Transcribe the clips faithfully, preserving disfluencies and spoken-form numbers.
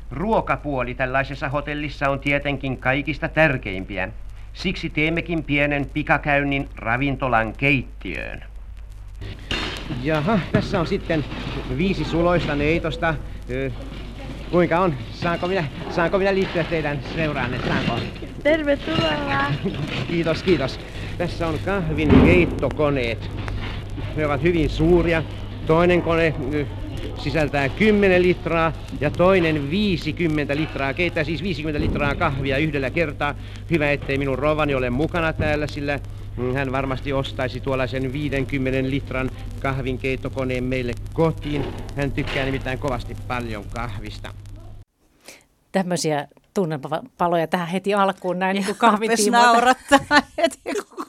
Ruokapuoli tällaisessa hotellissa on tietenkin kaikista tärkeimpiä. Siksi teemmekin pienen pikakäynnin ravintolan keittiöön. Jaha, tässä on sitten viisi suloista neitosta. Kuinka on? Saanko minä, saanko minä liittyä teidän seuraanne? Saanko? Tervetuloa. Kiitos, kiitos. Tässä on kahvin keittokoneet. Ne ovat hyvin suuria. Toinen kone sisältää kymmenen litraa ja toinen viisikymmentä litraa. Keittää siis viisikymmentä litraa kahvia yhdellä kertaa. Hyvä, ettei minun rovani ole mukana täällä, sillä hän varmasti ostaisi tuollaisen viidenkymmenen litran kahvinkeittokoneen meille kotiin. Hän tykkää nimittäin kovasti paljon kahvista. Tämmöisiä tunnepaloja tähän heti alkuun näin niin kuin kahvitiimoilta. naurattaa heti.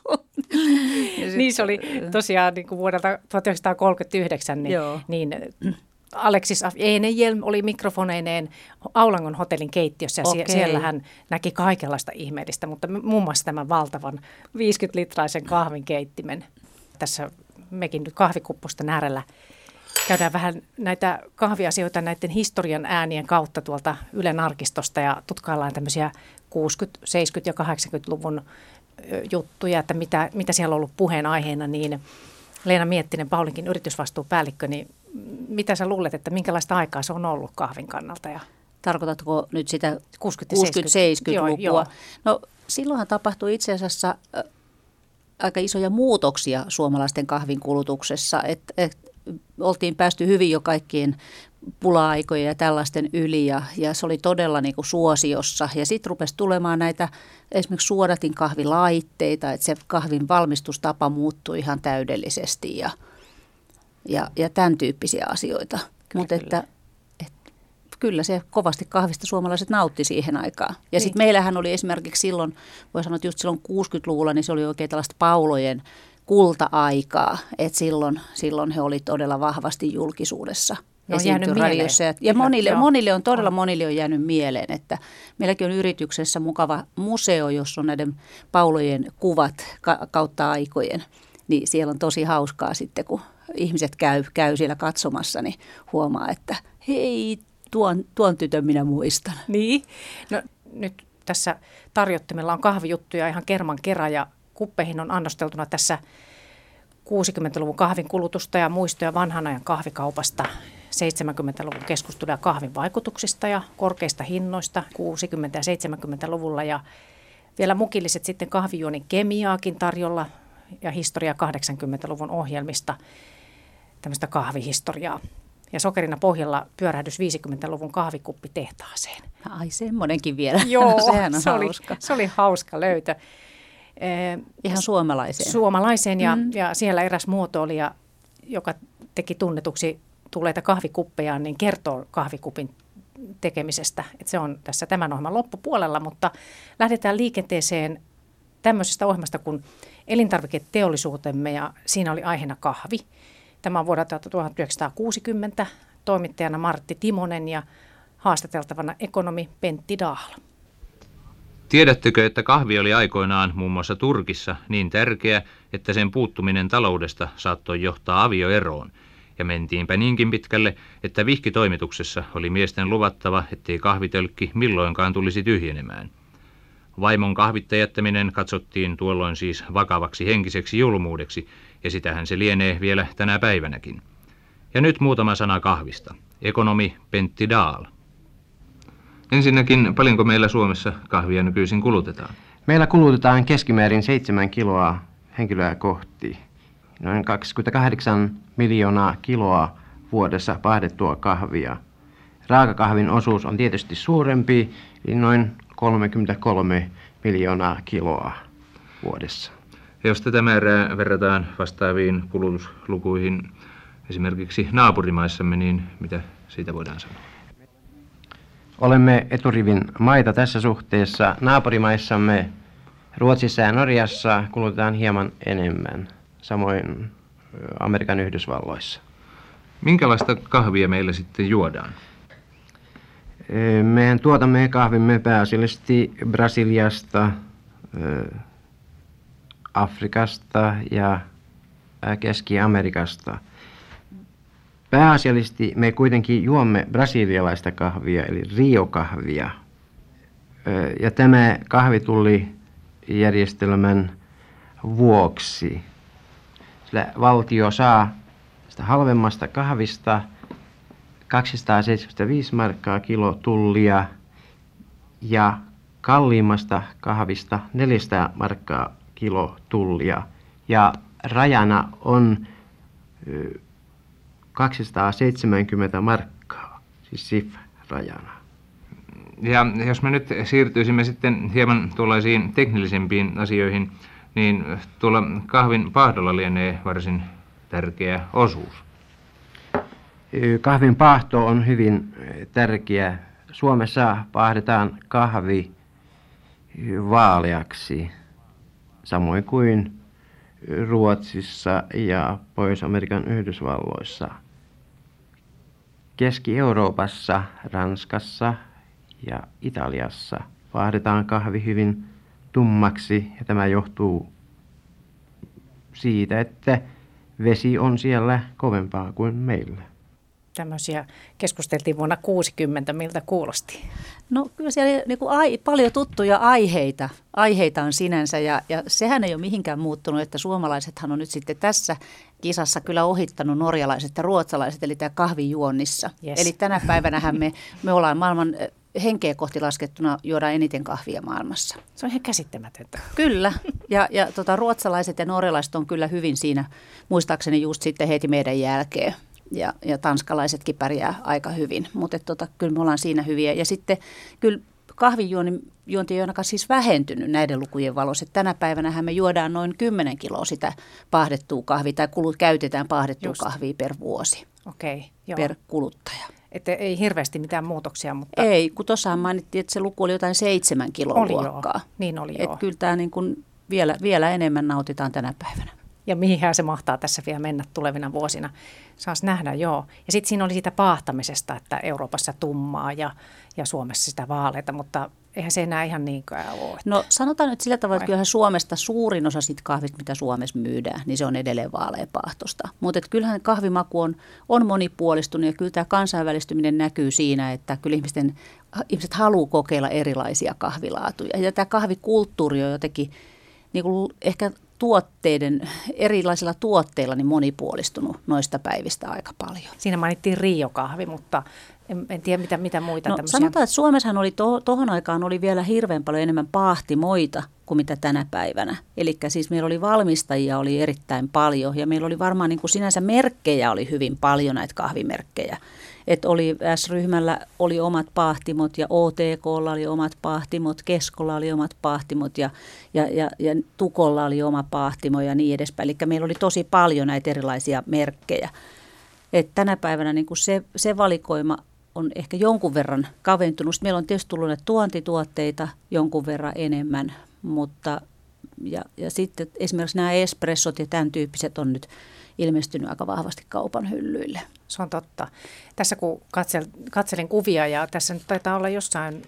Niin se oli tosiaan niin kuin vuodelta tuhatyhdeksänsataakolmekymmentäyhdeksän, niin, niin Aleksis Enejälm oli mikrofoneineen Aulangon hotellin keittiössä ja okay. Siellä hän näki kaikenlaista ihmeellistä, mutta muun muassa tämän valtavan viisikymmentä-litraisen kahvinkeittimen. Tässä mekin nyt kahvikupposten äärellä käydään vähän näitä kahviasioita näiden historian äänien kautta tuolta Ylen arkistosta ja tutkaillaan tämmöisiä kuusikymmentä-, seitsemänkymmentä- ja kahdeksankymmentäluvun juttuja, että mitä, mitä siellä on ollut puheenaiheena, niin Leena Miettinen, Paulinkin yritysvastuupäällikkö, niin mitä sä luulet, että minkälaista aikaa se on ollut kahvin kannalta? Ja tarkoitatko nyt sitä kuusikymmentä-seitsemänkymmentälukua? No silloinhan tapahtui itse asiassa äh, aika isoja muutoksia suomalaisten kahvin kulutuksessa, että et, oltiin päästy hyvin jo kaikkien pula-aikojen ja tällaisten yli ja, ja se oli todella niin kuin suosiossa. Ja sitten rupesi tulemaan näitä esimerkiksi suodatin kahvilaitteita, että se kahvin valmistustapa muuttui ihan täydellisesti ja, ja, ja tämän tyyppisiä asioita. Mutta että, että kyllä se kovasti kahvista suomalaiset nautti siihen aikaan. Ja niin. Sitten meillähän oli esimerkiksi silloin, voi sanoa, että just silloin kuusikymmentäluvulla, niin se oli oikein tällaista paulojen kulta-aikaa, että silloin, silloin he olivat todella vahvasti julkisuudessa. No, jäänyt radiossa. Ja, ja monille, monille on todella monille on jäänyt mieleen, että meilläkin on yrityksessä mukava museo, jossa on näiden paulojen kuvat ka- kautta aikojen. Niin siellä on tosi hauskaa sitten, kun ihmiset käy, käy siellä katsomassa, niin huomaa, että hei, tuon, tuon tytön minä muistan. Niin, no nyt tässä tarjottimella on kahvijuttuja ihan kerman kerran ja kuppeihin on annosteltuna tässä kuusikymmentäluvun kahvin kulutusta ja muistoja vanhan ajan kahvikaupasta, seitsemänkymmentäluvun keskustelua kahvin vaikutuksista ja korkeista hinnoista kuusikymmentä- ja seitsemänkymmentäluvulla ja vielä mukilliset sitten kahvijuonin kemiaakin tarjolla ja historia kahdeksankymmentäluvun ohjelmista, tämmöistä kahvihistoriaa. Ja sokerina pohjalla pyörähdys viisikymmentäluvun kahvikuppi tehtaaseen. Ai semmoinenkin vielä. Joo, sehän on se oli, hauska. se oli hauska löytö. Ihan suomalaiseen. Suomalaiseen ja, mm. ja siellä eräs muotoilija, joka teki tunnetuksi tulleita kahvikuppeja, niin kertoo kahvikupin tekemisestä. Et se on tässä tämän ohjelman loppupuolella, mutta lähdetään liikenteeseen tämmöisestä ohjelmasta kuin elintarviketeollisuutemme ja siinä oli aiheena kahvi. Tämä on vuodelta tuhatyhdeksänsataakuusikymmentä, toimittajana Martti Timonen ja haastateltavana ekonomi Pentti Dahl. Tiedättekö, että kahvi oli aikoinaan muun muassa Turkissa niin tärkeä, että sen puuttuminen taloudesta saattoi johtaa avioeroon? Ja mentiinpä niinkin pitkälle, että vihkitoimituksessa oli miesten luvattava, ettei kahvitölkki milloinkaan tulisi tyhjenemään. Vaimon kahvitta jättäminen katsottiin tuolloin siis vakavaksi henkiseksi julmuudeksi, ja sitähän se lienee vielä tänä päivänäkin. Ja nyt muutama sana kahvista. Ekonomi Pentti Dahl. Ensinnäkin, paljonko meillä Suomessa kahvia nykyisin kulutetaan? Meillä kulutetaan keskimäärin seitsemän kiloa henkilöä kohti. Noin kaksikymmentäkahdeksan miljoonaa kiloa vuodessa pahdettua kahvia. Raakakahvin osuus on tietysti suurempi, eli noin kolmekymmentäkolme miljoonaa kiloa vuodessa. Ja jos tätä määrää verrataan vastaaviin kulutuslukuihin esimerkiksi naapurimaissamme, niin mitä siitä voidaan sanoa? Olemme eturivin maita tässä suhteessa. Naapurimaissamme Ruotsissa ja Norjassa kulutetaan hieman enemmän, samoin Amerikan Yhdysvalloissa. Minkälaista kahvia meillä sitten juodaan? Mehän tuotamme kahvimme pääasiallisesti Brasiliasta, Afrikasta ja Keski-Amerikasta. Pääasiallisesti me kuitenkin juomme brasilialaista kahvia, eli Rio-kahvia. Ja tämä kahvitullijärjestelmän vuoksi sillä valtio saa sitä halvemmasta kahvista kaksisataaseitsemänkymmentäviisi markkaa kilo tullia ja kalliimmasta kahvista neljäsataa markkaa kilo tullia. Ja rajana on kaksisataaseitsemänkymmentä markkaa, siis S I F-rajana. Ja jos me nyt siirtyisimme sitten hieman tuollaisiin teknillisempiin asioihin, niin tuolla kahvin paahdolla lienee varsin tärkeä osuus. Kahvin paahto on hyvin tärkeä. Suomessa paahdetaan kahvi vaaleaksi, samoin kuin Ruotsissa ja Pohjois-Amerikan Yhdysvalloissa. Keski-Euroopassa, Ranskassa ja Italiassa paahdetaan kahvi hyvin tummaksi, ja tämä johtuu siitä, että vesi on siellä kovempaa kuin meillä. Tämmöisiä keskusteltiin vuonna kuusikymmentä, miltä kuulosti? No kyllä siellä niin kuin ai, paljon tuttuja aiheita, aiheita on sinänsä ja, ja sehän ei ole mihinkään muuttunut, että suomalaisethan on nyt sitten tässä kisassa kyllä ohittanut norjalaiset ja ruotsalaiset, eli tämä kahvijuonnissa. Yes. Eli tänä päivänähän me, me ollaan maailman henkeä kohti laskettuna juodaan eniten kahvia maailmassa. Se on ihan käsittämätöntä. Kyllä, ja, ja tota, ruotsalaiset ja norjalaiset on kyllä hyvin siinä, muistaakseni just sitten heti meidän jälkeen. Ja, ja tanskalaisetkin pärjää aika hyvin, mutta tota, kyllä me ollaan siinä hyviä. Ja sitten kyllä kahvijuonti ei ainakaan siis vähentynyt näiden lukujen valossa. Että tänä päivänähän me juodaan noin kymmenen kiloa sitä paahdettua kahvia, tai kulut käytetään paahdettua Just. kahvia per vuosi, okay, joo. per kuluttaja. Että ei hirveästi mitään muutoksia, mutta... Ei, kun tuossahan mainittiin, että se luku oli jotain seitsemän kilon oli luokkaa. Joo. Niin oli joo. Että kyllä tämä niin kuin vielä, vielä enemmän nautitaan tänä päivänä. Ja mihinhän se mahtaa tässä vielä mennä tulevina vuosina. Saas nähdä, joo. Ja sitten siinä oli siitä paahtamisesta, että Euroopassa tummaa ja, ja Suomessa sitä vaaleita, mutta eihän se enää ihan niinkään ole. Että... No sanotaan nyt sillä tavalla, että kyllähän Suomesta suurin osa siitä kahvista, mitä Suomessa myydään, niin se on edelleen vaaleapaahtosta. Mutta kyllähän kahvimaku on, on monipuolistunut ja kyllä tämä kansainvälistyminen näkyy siinä, että kyllä ihmisten, ihmiset haluaa kokeilla erilaisia kahvilaatuja. Ja tämä kahvikulttuuri on jotenkin niin kuin ehkä... tuotteiden, erilaisilla tuotteilla niin monipuolistunut noista päivistä aika paljon. Siinä mainittiin Rio-kahvi, mutta en, en tiedä mitä, mitä muita no, tämmöisiä. Sanotaan, että Suomessahan oli to, tohon aikaan oli vielä hirveän paljon enemmän paahtimoita kuin mitä tänä päivänä. Eli siis meillä oli valmistajia oli erittäin paljon ja meillä oli varmaan niin kuin sinänsä merkkejä oli hyvin paljon näitä kahvimerkkejä. Että oli S-ryhmällä oli omat paahtimot ja O T K:lla oli omat paahtimot, Keskolla oli omat paahtimot ja, ja, ja, ja Tukolla oli oma paahtimo ja niin edespäin. Eli meillä oli tosi paljon näitä erilaisia merkkejä. Et tänä päivänä niin kuin se, se valikoima on ehkä jonkun verran kaventunut. Meillä on tietysti tullut näitä tuontituotteita jonkun verran enemmän, mutta ja, ja sitten esimerkiksi nämä espressot ja tämän tyyppiset on nyt ilmestynyt aika vahvasti kaupan hyllyille. Se on totta. Tässä kun katsel, katselin kuvia ja tässä nyt taitaa olla jossain,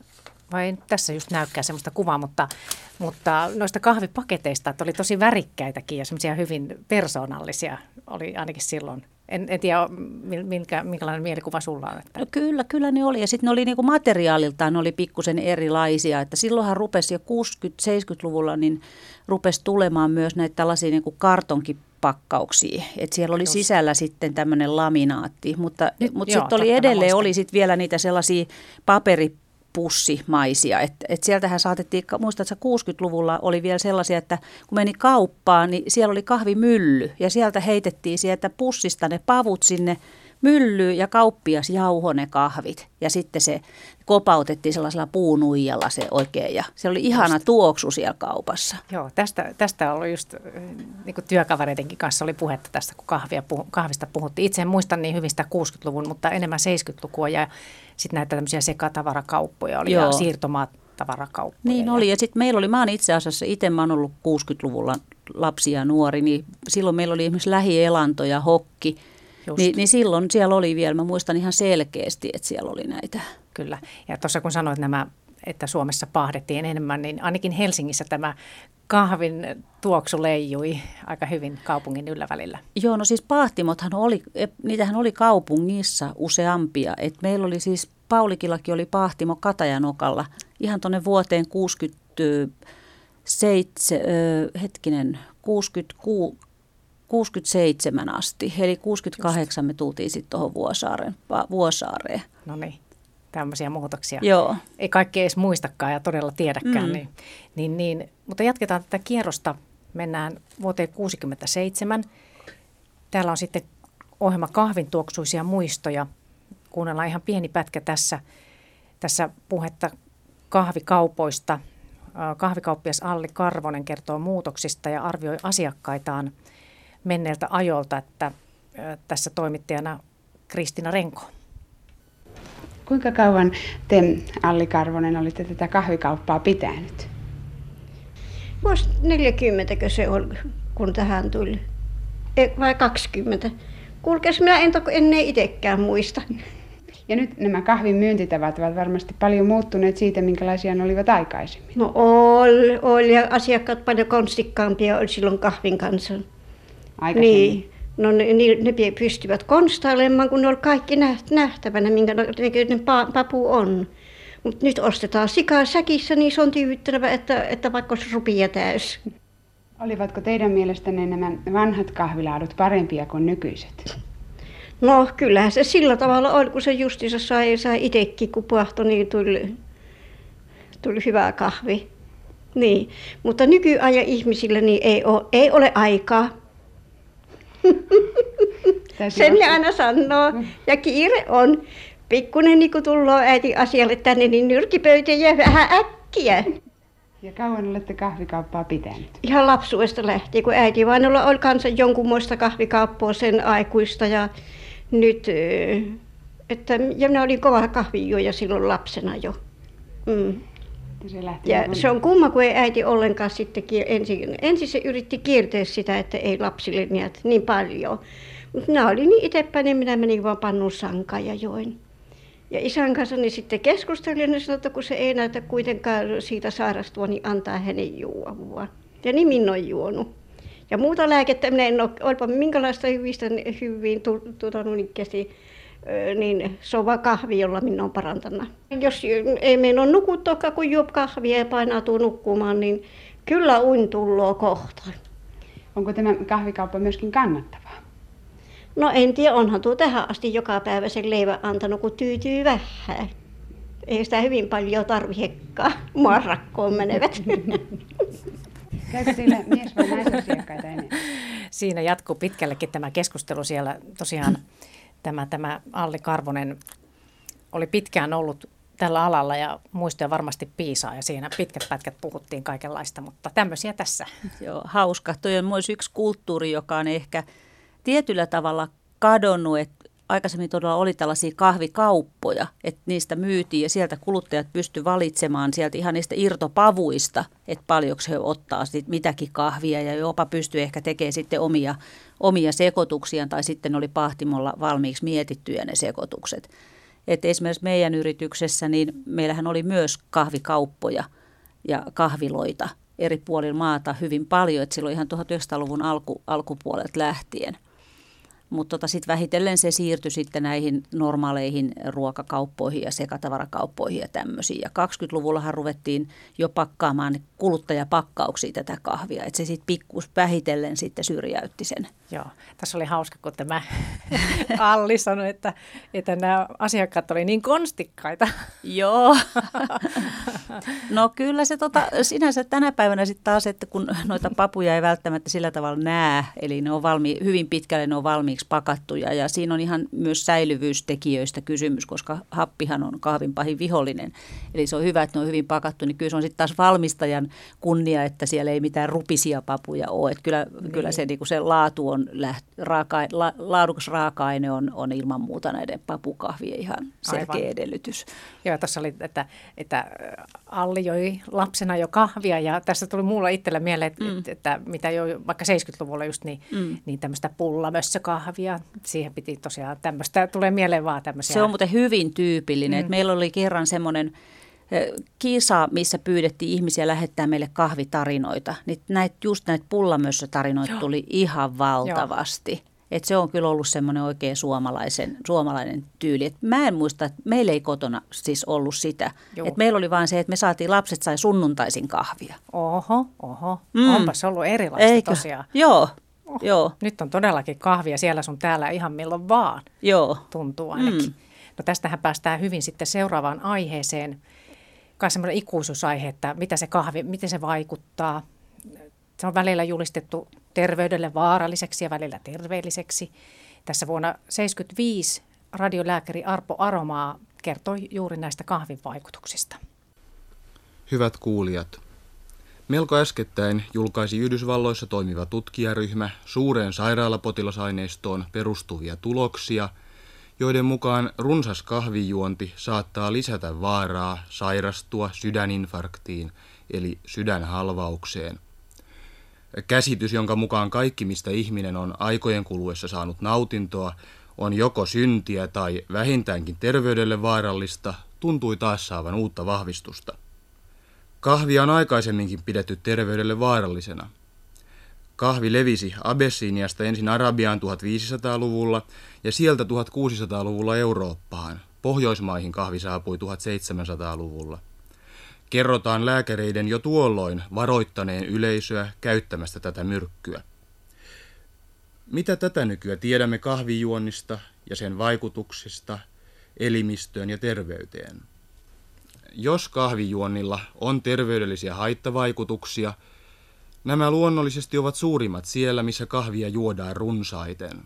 vai ei tässä just näykään sellaista kuvaa, mutta, mutta noista kahvipaketeista, että oli tosi värikkäitäkin ja semmoisia hyvin persoonallisia oli ainakin silloin. En, en tiedä, minkä, minkälainen mielikuva sulla on. Että... No kyllä, kyllä ne oli. Ja sitten ne oli niinku materiaaliltaan ne oli pikkusen erilaisia. Että silloinhan rupesi jo kuusikymmentä-seitsemänkymmentäluvulla niin rupesi tulemaan myös näitä tällaisia niinku kartonkipakkauksia. Että siellä oli Just. sisällä sitten tämmöinen laminaatti. Mutta, mutta sitten oli edelleen oli sit vielä niitä sellaisia paperi pussimaisia. Että et sieltähän saatettiin, muistatko kuusikymmentäluvulla oli vielä sellaisia, että kun meni kauppaan, niin siellä oli kahvimylly ja sieltä heitettiin sieltä pussista ne pavut sinne myllyyn ja kauppias jauhoi ne kahvit ja sitten se kopautettiin sellaisella puunuijalla se oikein ja se oli ihana tuoksu siellä kaupassa. Joo, tästä, tästä oli just niin kuin työkavereidenkin kanssa oli puhetta tästä, kun kahvia, kahvista puhuttiin. Itse en muista niin hyvin sitä kuusikymmentäluvun, mutta enemmän seitsemänkymmentälukua ja sitten näitä tämmöisiä sekatavarakauppoja oli Joo. ja siirtomaatavarakauppia. Niin ja... oli ja sitten meillä oli, mä oon itse asiassa, itse mä oon ollut kuusikymmentäluvulla lapsi ja nuori, niin silloin meillä oli esimerkiksi lähielanto ja hokki. Ni, niin silloin siellä oli vielä, mä muistan ihan selkeästi, että siellä oli näitä. Kyllä. Ja tuossa kun sanoit nämä että Suomessa pahdettiin enemmän, niin ainakin Helsingissä tämä kahvin tuoksu leijui aika hyvin kaupungin ylävälillä. Joo, no siis paahtimothan oli, niitähän oli kaupungissa useampia. Et meillä oli siis, Paulikillakin oli paahtimo Katajanokalla ihan tuonne vuoteen kuusikymmentäseitsemän, hetkinen, kuusikymmentäkuusi, kuusikymmentäseitsemän asti. Eli kuusikymmentäkahdeksan me tultiin sitten tuohon Vuosaareen. Vuosaareen. No niin, tämmöisiä muutoksia. Joo. Ei kaikki edes muistakaan ja todella tiedäkään. Mm. Niin, niin, niin, mutta jatketaan tätä kierrosta. Mennään vuoteen kuusikymmentäseitsemän. Täällä on sitten ohjelma Kahvin tuoksuisia muistoja. Kuunnellaan ihan pieni pätkä tässä, tässä puhetta kahvikaupoista. Kahvikauppias Alli Karvonen kertoo muutoksista ja arvioi asiakkaitaan menneeltä ajolta, että tässä toimittajana Kristiina Renko. Kuinka kauan te, Alli Karvonen, olitte tätä kahvikauppaa pitänyt? Vuosi neljäkymmentäkö se oli, kun tähän tuli? E, vai kaksikymmentä? Kuulkees, minä en toki ennen itsekään muista. Ja nyt nämä kahvin myyntitavat ovat varmasti paljon muuttuneet siitä, minkälaisia ne olivat aikaisemmin. No oli, oli ja asiakkaat paljon konstikkaampia oli silloin kahvin kanssa. Aikaisemmin? Niin. No ne, ne pystyvät konstailemaan, kun ne oli kaikki nähtävänä, minkä näköinen papu on. Mutta nyt ostetaan sikaa säkissä, niin se on tyydyttävä, että, että vaikka olisi rupia täys. Olivatko teidän mielestänne nämä vanhat kahvilaadut parempia kuin nykyiset? No kyllähän se sillä tavalla oli, kun se justiinsa sai, sai itsekin, kun pahtoi, niin tuli, tuli hyvä kahvi. Niin. Mutta nykyajan ihmisillä niin ei ole, ei ole aikaa. Sen ne aina sanoo. Ja kiire on. Pikkunen niin kun tullaan äiti asialle tänne, niin nyrkipöytä jää vähän äkkiä. Ja kauan olette kahvikauppaa pitänyt? Ihan lapsuudesta lähtien, kun äiti vain oli kanssa jonkunmoista kahvikauppaa sen aikuista. Ja nyt, että, ja minä olin kova kahvijuoja silloin lapsena jo. Mm. Se ja se on kumma, kun ei äiti ollenkaan sitten, ensin, ensin se yritti kieltää sitä, että ei lapsille näet niin paljon. Mutta minä olin niin itsepäin, niin minä menin vaan pannun sankaan ja join. Ja isän kanssa niin sitten keskustelin ja ne sanoi, että kun se ei näytä kuitenkaan siitä sairastua, niin antaa hänen juoda. Ja niin minä olen juonut. Ja muuta lääkettä minä en ole, olipa minkälaista hyvistä hyviin tuotanut ikkästi, niin se on vaan kahvi, jolla minä olen parantanut. Jos ei meillä ole nukuttuakaan, kun juo kahvia ja painautuu nukkumaan, niin kyllä uni tulloo kohta. Onko tämä kahvikauppa myöskin kannattavaa? No en tiedä, onhan tuo tähän asti joka päivä sen leivän antanut, kun tyytyy vähän. Ei sitä hyvin paljon tarvitsekaan. Mua rakkoon menevät. Käykö teillä mies- vai naisasiakkaita enemmän? Siinä jatkuu pitkällekin tämä keskustelu siellä. Tosiaan tämä, tämä Alli Karvonen oli pitkään ollut tällä alalla ja muistoja varmasti piisaa ja siinä pitkät pätkät puhuttiin kaikenlaista, mutta tämmöisiä tässä. Joo, hauska. Toi on myös yksi kulttuuri, joka on ehkä tietyllä tavalla kadonnut, että aikaisemmin todella oli tällaisia kahvikauppoja, että niistä myytiin ja sieltä kuluttajat pystyivät valitsemaan sieltä ihan niistä irtopavuista, että paljonko he ottaa sit mitäkin kahvia ja jopa pystyy ehkä tekemään sitten omia, omia sekoituksiaan tai sitten oli pahtimolla valmiiksi mietittyjä ne sekoitukset. Että esimerkiksi meidän yrityksessä niin meillähän oli myös kahvikauppoja ja kahviloita eri puolilla maata hyvin paljon, että silloin ihan tuhatyhdeksänsataaluvun alku, alkupuolelta lähtien. Mutta tota, sitten vähitellen se siirtyi sitten näihin normaaleihin ruokakauppoihin ja sekatavarakauppoihin ja tämmöisiin. Ja kaksikymmentäluvullahan ruvettiin jo pakkaamaan kuluttajapakkauksia tätä kahvia, että se sitten pikkus vähitellen sitten syrjäytti sen. Joo, tässä oli hauska, kun tämä Alli sanoi, että, että nämä asiakkaat oli niin konstikkaita. Joo, no kyllä se tota, sinänsä tänä päivänä sitten taas, että kun noita papuja ei välttämättä sillä tavalla näe, eli ne on valmi, hyvin pitkälle ne on valmiiksi pakattuja ja siinä on ihan myös säilyvyystekijöistä kysymys, koska happihan on kahvin pahin vihollinen. Eli se on hyvä, että ne on hyvin pakattu, niin kyllä se on sitten taas valmistajan kunnia, että siellä ei mitään rupisia papuja ole. Että kyllä, niin. kyllä se, niin kuin se laatu on, läht, raaka, la, laadukas raaka-aine on, on ilman muuta näiden papukahvien ihan selkeä Aivan. edellytys. Joo, tässä oli, että, että Alli joi lapsena jo kahvia ja tässä tuli mulla itsellä mieleen, että, mm. että, että mitä jo vaikka seitsemänkymmentäluvulla just niin, mm. niin tämmöistä pullamössökahvia, siihen piti tosiaan tämmöistä, tulee mieleen vaan tämmöisiä. Se on muuten hyvin tyypillinen, mm. että meillä oli kerran semmoinen kisa, missä pyydettiin ihmisiä lähettää meille kahvitarinoita. Niin näitä, just näitä pullamössötarinoita tuli ihan valtavasti. Joo. Et se on kyllä ollut semmoinen oikein suomalaisen, suomalainen tyyli. Et mä en muista, että meillä ei kotona siis ollut sitä. Et meillä oli vaan se, että me saatiin, lapset sai sunnuntaisin kahvia. Oho, oho. Mm. Onpas ollut erilaista Eikö? tosiaan. Joo. Oh. Joo. Nyt on todellakin kahvia siellä sun täällä ihan milloin vaan. Joo. Tuntuu ainakin. Mm. No tästähän päästään hyvin sitten seuraavaan aiheeseen. Myös semmoinen ikuisuusaihe, että mitä se kahvi, miten se vaikuttaa. Se on välillä julistettu terveydelle vaaralliseksi ja välillä terveelliseksi. Tässä vuonna tuhatyhdeksänsataaseitsemänkymmentäviisi radiolääkäri Arpo Aromaa kertoi juuri näistä kahvin vaikutuksista. Hyvät kuulijat, melko äskettäin julkaisi Yhdysvalloissa toimiva tutkijaryhmä suureen sairaalapotilasaineistoon perustuvia tuloksia, joiden mukaan runsas kahvijuonti saattaa lisätä vaaraa sairastua sydäninfarktiin eli sydänhalvaukseen. Käsitys, jonka mukaan kaikki, mistä ihminen on aikojen kuluessa saanut nautintoa, on joko syntiä tai vähintäänkin terveydelle vaarallista, tuntui taas saavan uutta vahvistusta. Kahvia on aikaisemminkin pidetty terveydelle vaarallisena. Kahvi levisi Abessiniasta ensin Arabiaan tuhatviisisataaluvulla ja sieltä tuhatkuusisataaluvulla Eurooppaan. Pohjoismaihin kahvi saapui tuhatseitsemänsataaluvulla. Kerrotaan lääkäreiden jo tuolloin varoittaneen yleisöä käyttämästä tätä myrkkyä. Mitä tätä nykyä tiedämme kahvijuonnista ja sen vaikutuksista elimistöön ja terveyteen? Jos kahvijuonnilla on terveydellisiä haittavaikutuksia, nämä luonnollisesti ovat suurimmat siellä, missä kahvia juodaan runsaiten.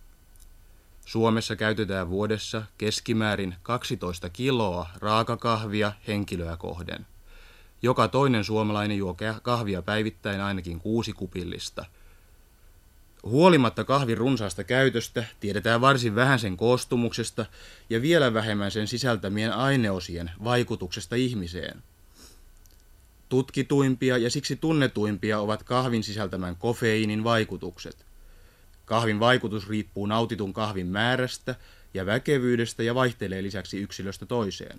Suomessa käytetään vuodessa keskimäärin kaksitoista kiloa raakakahvia henkilöä kohden. Joka toinen suomalainen juo kahvia päivittäin ainakin kuusi kupillista. Huolimatta kahvin runsaasta käytöstä tiedetään varsin vähän sen koostumuksesta ja vielä vähemmän sen sisältämien aineosien vaikutuksesta ihmiseen. Tutkituimpia ja siksi tunnetuimpia ovat kahvin sisältämän kofeiinin vaikutukset. Kahvin vaikutus riippuu nautitun kahvin määrästä ja väkevyydestä ja vaihtelee lisäksi yksilöstä toiseen.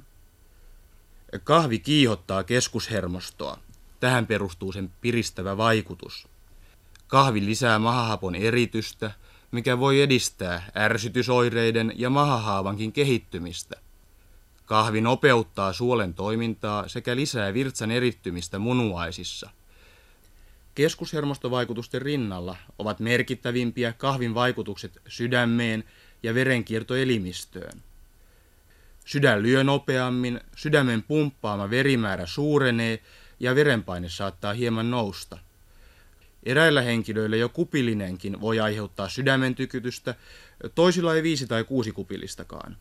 Kahvi kiihottaa keskushermostoa. Tähän perustuu sen piristävä vaikutus. Kahvi lisää mahahapon eritystä, mikä voi edistää ärsytysoireiden ja mahahaavankin kehittymistä. Kahvi nopeuttaa suolen toimintaa sekä lisää virtsan erittymistä munuaisissa. Keskushermostovaikutusten rinnalla ovat merkittävimpiä kahvin vaikutukset sydämeen ja verenkiertoelimistöön. Sydän lyö nopeammin, sydämen pumppaama verimäärä suurenee ja verenpaine saattaa hieman nousta. Eräillä henkilöillä jo kupillinenkin voi aiheuttaa sydämen tykytystä, toisilla ei viisi tai kuusi kupillistakaan.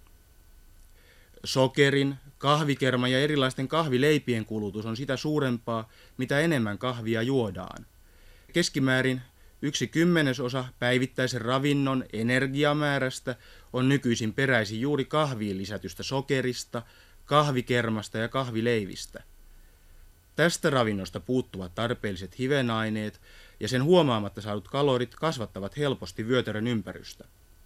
Sokerin, kahvikerman ja erilaisten kahvileipien kulutus on sitä suurempaa, mitä enemmän kahvia juodaan. Keskimäärin yksi kymmenesosa päivittäisen ravinnon energiamäärästä on nykyisin peräisin juuri kahviin lisätystä sokerista, kahvikermasta ja kahvileivistä. Tästä ravinnosta puuttuvat tarpeelliset hivenaineet ja sen huomaamatta saadut kalorit kasvattavat helposti vyötärön ympärystä.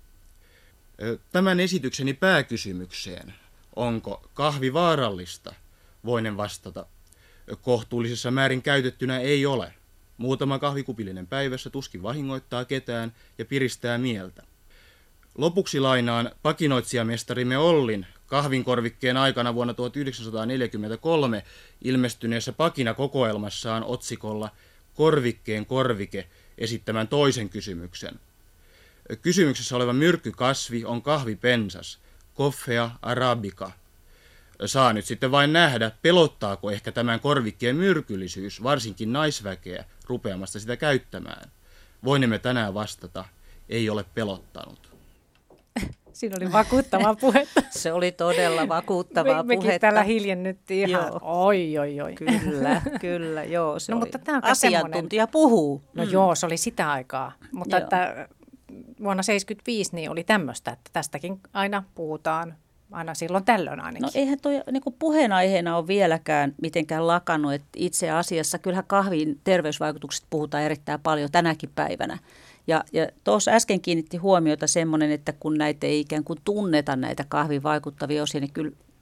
Tämän esitykseni pääkysymykseen, onko kahvi vaarallista, voinen vastata. Kohtuullisessa määrin käytettynä ei ole. Muutama kahvikupillinen päivässä tuskin vahingoittaa ketään ja piristää mieltä. Lopuksi lainaan pakinoitsijamestarimme Ollin kahvinkorvikkeen aikana vuonna tuhatyhdeksänsataaneljäkymmentäkolme ilmestyneessä pakinakokoelmassaan otsikolla Korvikkeen korvike esittämän toisen kysymyksen. Kysymyksessä oleva myrkkykasvi on kahvipensas, Coffea arabica. Saa nyt sitten vain nähdä, pelottaako ehkä tämän korvikkeen myrkyllisyys varsinkin naisväkeä rupeamasta sitä käyttämään. Voinemme tänään vastata, ei ole pelottanut. Siinä oli vakuuttavaa puhetta. Se oli todella vakuuttavaa Me, puhetta. Mekin täällä hiljennettiin ihan, joo. oi, oi, oi. Kyllä, kyllä, joo. Se no, oli. Mutta tämä on asiantuntija puhuu. No mm. joo, se oli sitä aikaa. Mutta että vuonna seitsemänkymmentäviisi niin oli tämmöistä, että tästäkin aina puhutaan. Aina silloin tällöin ainakin. No eihän tuo niin puheenaiheena ole vieläkään mitenkään lakannut. Että itse asiassa kyllähän kahvin terveysvaikutukset puhutaan erittäin paljon tänäkin päivänä. Ja, ja tuossa äsken kiinnitti huomiota semmoinen, että kun näitä ei ikään kuin tunneta näitä kahvin vaikuttavia osia, niin kyllä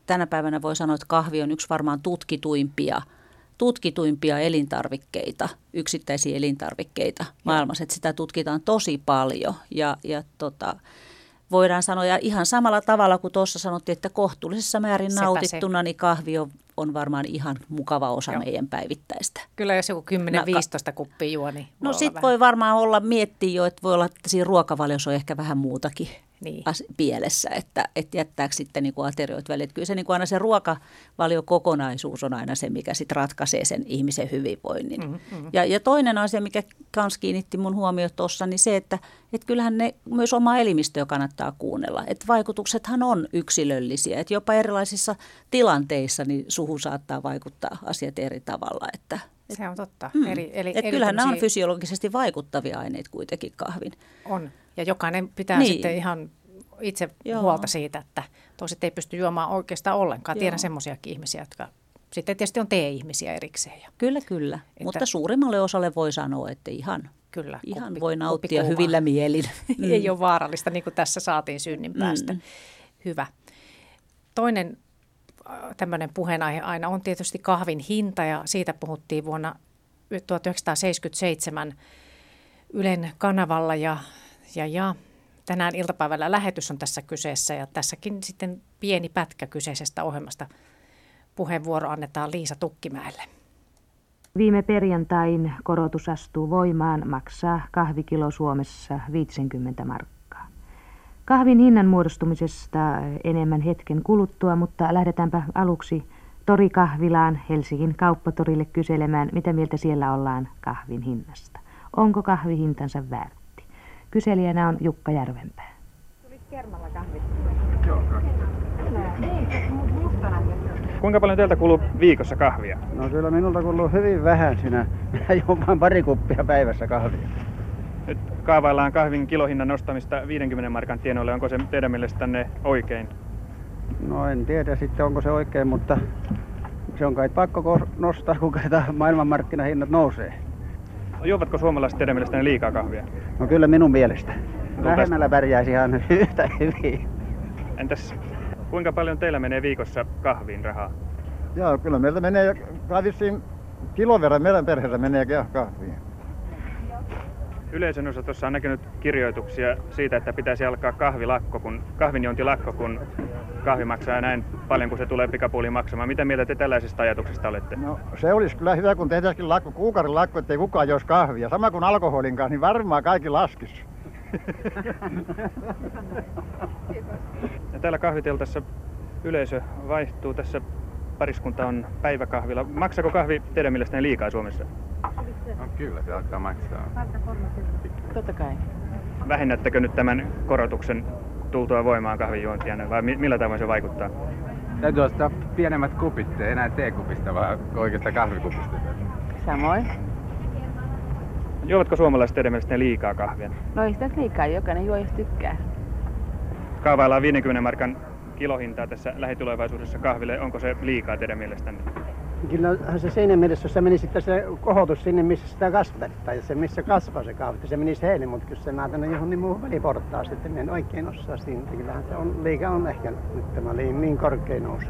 tänä päivänä voi sanoa, että kahvi on yksi varmaan tutkituimpia, tutkituimpia elintarvikkeita, yksittäisiä elintarvikkeita maailmassa. Että sitä tutkitaan tosi paljon ja, ja tota, voidaan sanoa ja ihan samalla tavalla kuin tuossa sanottiin, että kohtuullisessa määrin Sepä nautittuna, se. niin kahvi on, on varmaan ihan mukava osa Joo. meidän päivittäistä. Kyllä jos joku kymmenen No, viisitoista kuppia juo, niin No voi sit olla voi vähän. varmaan olla miettiä jo, että voi olla, että siinä ruokavaliossa on ehkä vähän muutakin Niin. as- pielessä, että, että jättääkö sitten niin kuin aterioit väliin. Kyllä se niin kuin aina se ruokavaliokokonaisuus on aina se, mikä sitten ratkaisee sen ihmisen hyvinvoinnin. Mm-hmm. Ja, ja toinen asia, mikä kans kiinnitti mun huomioon tuossa, niin se, että, että kyllähän ne myös oma elimistöä kannattaa kuunnella. Että vaikutuksethan on yksilöllisiä, että jopa erilaisissa tilanteissa niin suhu saattaa vaikuttaa asiat eri tavalla. Että, Se on totta. Mm. Eli, eli, että eli kyllähän nämä on tämmöisiä- fysiologisesti vaikuttavia aineita kuitenkin kahvin. On. Ja jokainen pitää Niin. sitten ihan itse Joo. huolta siitä, että toiset ei pysty juomaan oikeastaan ollenkaan. Joo. Tiedän semmoisiakin ihmisiä, jotka sitten tietysti on tee-ihmisiä erikseen. Ja Kyllä, kyllä. Että- Mutta suurimmalle osalle voi sanoa, että ihan, kyllä, ihan kuppi- voi nauttia kuppi hyvillä mielin. kuumaa. Ei ole vaarallista, niin kuin tässä saatiin synnin päästä. Mm. Hyvä. Toinen äh, tämmöinen puheenaihe aina on tietysti kahvin hinta, ja siitä puhuttiin vuonna tuhatyhdeksänsataaseitsemänkymmentäseitsemän Ylen kanavalla, ja, ja, ja tänään iltapäivällä lähetys on tässä kyseessä, ja tässäkin sitten pieni pätkä kyseisestä ohjelmasta. Puheenvuoro annetaan Liisa Tukkimäelle. Viime perjantain korotus astuu voimaan, maksaa kahvikilo Suomessa viisikymmentä markkaa. Kahvin hinnan muodostumisesta enemmän hetken kuluttua, mutta lähdetäänpä aluksi torikahvilaan Helsingin kauppatorille kyselemään, mitä mieltä siellä ollaan kahvin hinnasta. Onko kahvi hintansa väärti? Kyselijänä on Jukka Järvenpää. Kuinka paljon teiltä kuluu viikossa kahvia? No kyllä minulta kuluu hyvin vähän siinä. Minä juon vain pari kuppia päivässä kahvia. Nyt kaavaillaan kahvin kilohinnan nostamista viidenkymmenen markan tienoille. Onko se teidän mielestänne oikein? No en tiedä sitten onko se oikein, mutta se on kai pakko nostaa, kun maailmanmarkkinahinnat nousee. Juovatko suomalaiset teidän mielestänne liikaa kahvia? No kyllä minun mielestä. No Vähemmällä pärjäisi ihan yhtä hyvin. Entäs kuinka paljon teillä menee viikossa kahviin rahaa? Joo, kyllä meiltä menee vissiin kilon verran meidän perheeltä menee kahviin. Yleisön osa tuossa on näkynyt kirjoituksia siitä, että pitäisi alkaa kahvilakko, kun kahvinjuontilakko, kun kahvi maksaa näin paljon, kun se tulee pikapuoliin maksamaan. Mitä mieltä te tällaisesta ajatuksesta olette? No se olisi kyllä hyvä, kun tehtäisikin lakko, kuukauden lakko, ettei kukaan joisi kahvia. Sama kuin alkoholin kanssa, niin varmaan kaikki laskisi. Ja täällä kahviteltassa yleisö vaihtuu. Tässä pariskunta on päiväkahvilla. Maksako kahvi teidän mielestänne liikaa Suomessa? No kyllä, se alkaa maksaa. Totta kai. Vähennättekö nyt tämän korotuksen tultua voimaan kahvinjuontia, vai millä tavoin se vaikuttaa? Täytyy ostaa pienemmät kupit, ei enää teekupista, vaan oikeasta kahvikupista. Samoin. Juovatko suomalaiset teidän mielestänne liikaa kahvia? No ei sitä liikaa, jokainen juo jos tykkää. Kaavaillaan viidenkymmenen markan kilohintaa tässä lähitulevaisuudessa kahville. Onko se liikaa teidän mielestänne? Kyllähän se siinä mielessä, jos se menisi sitten se kohotus sinne, missä sitä kasvattaa ja se missä kasvaa se kahvi, se menisi heille, mutta kyllä se mä tänne johonkin muuhun väliportaan sitten, minä en oikein osaa siinä. Kyllähän se on, liika on ehkä nyt tämä liin niin korkein nousu.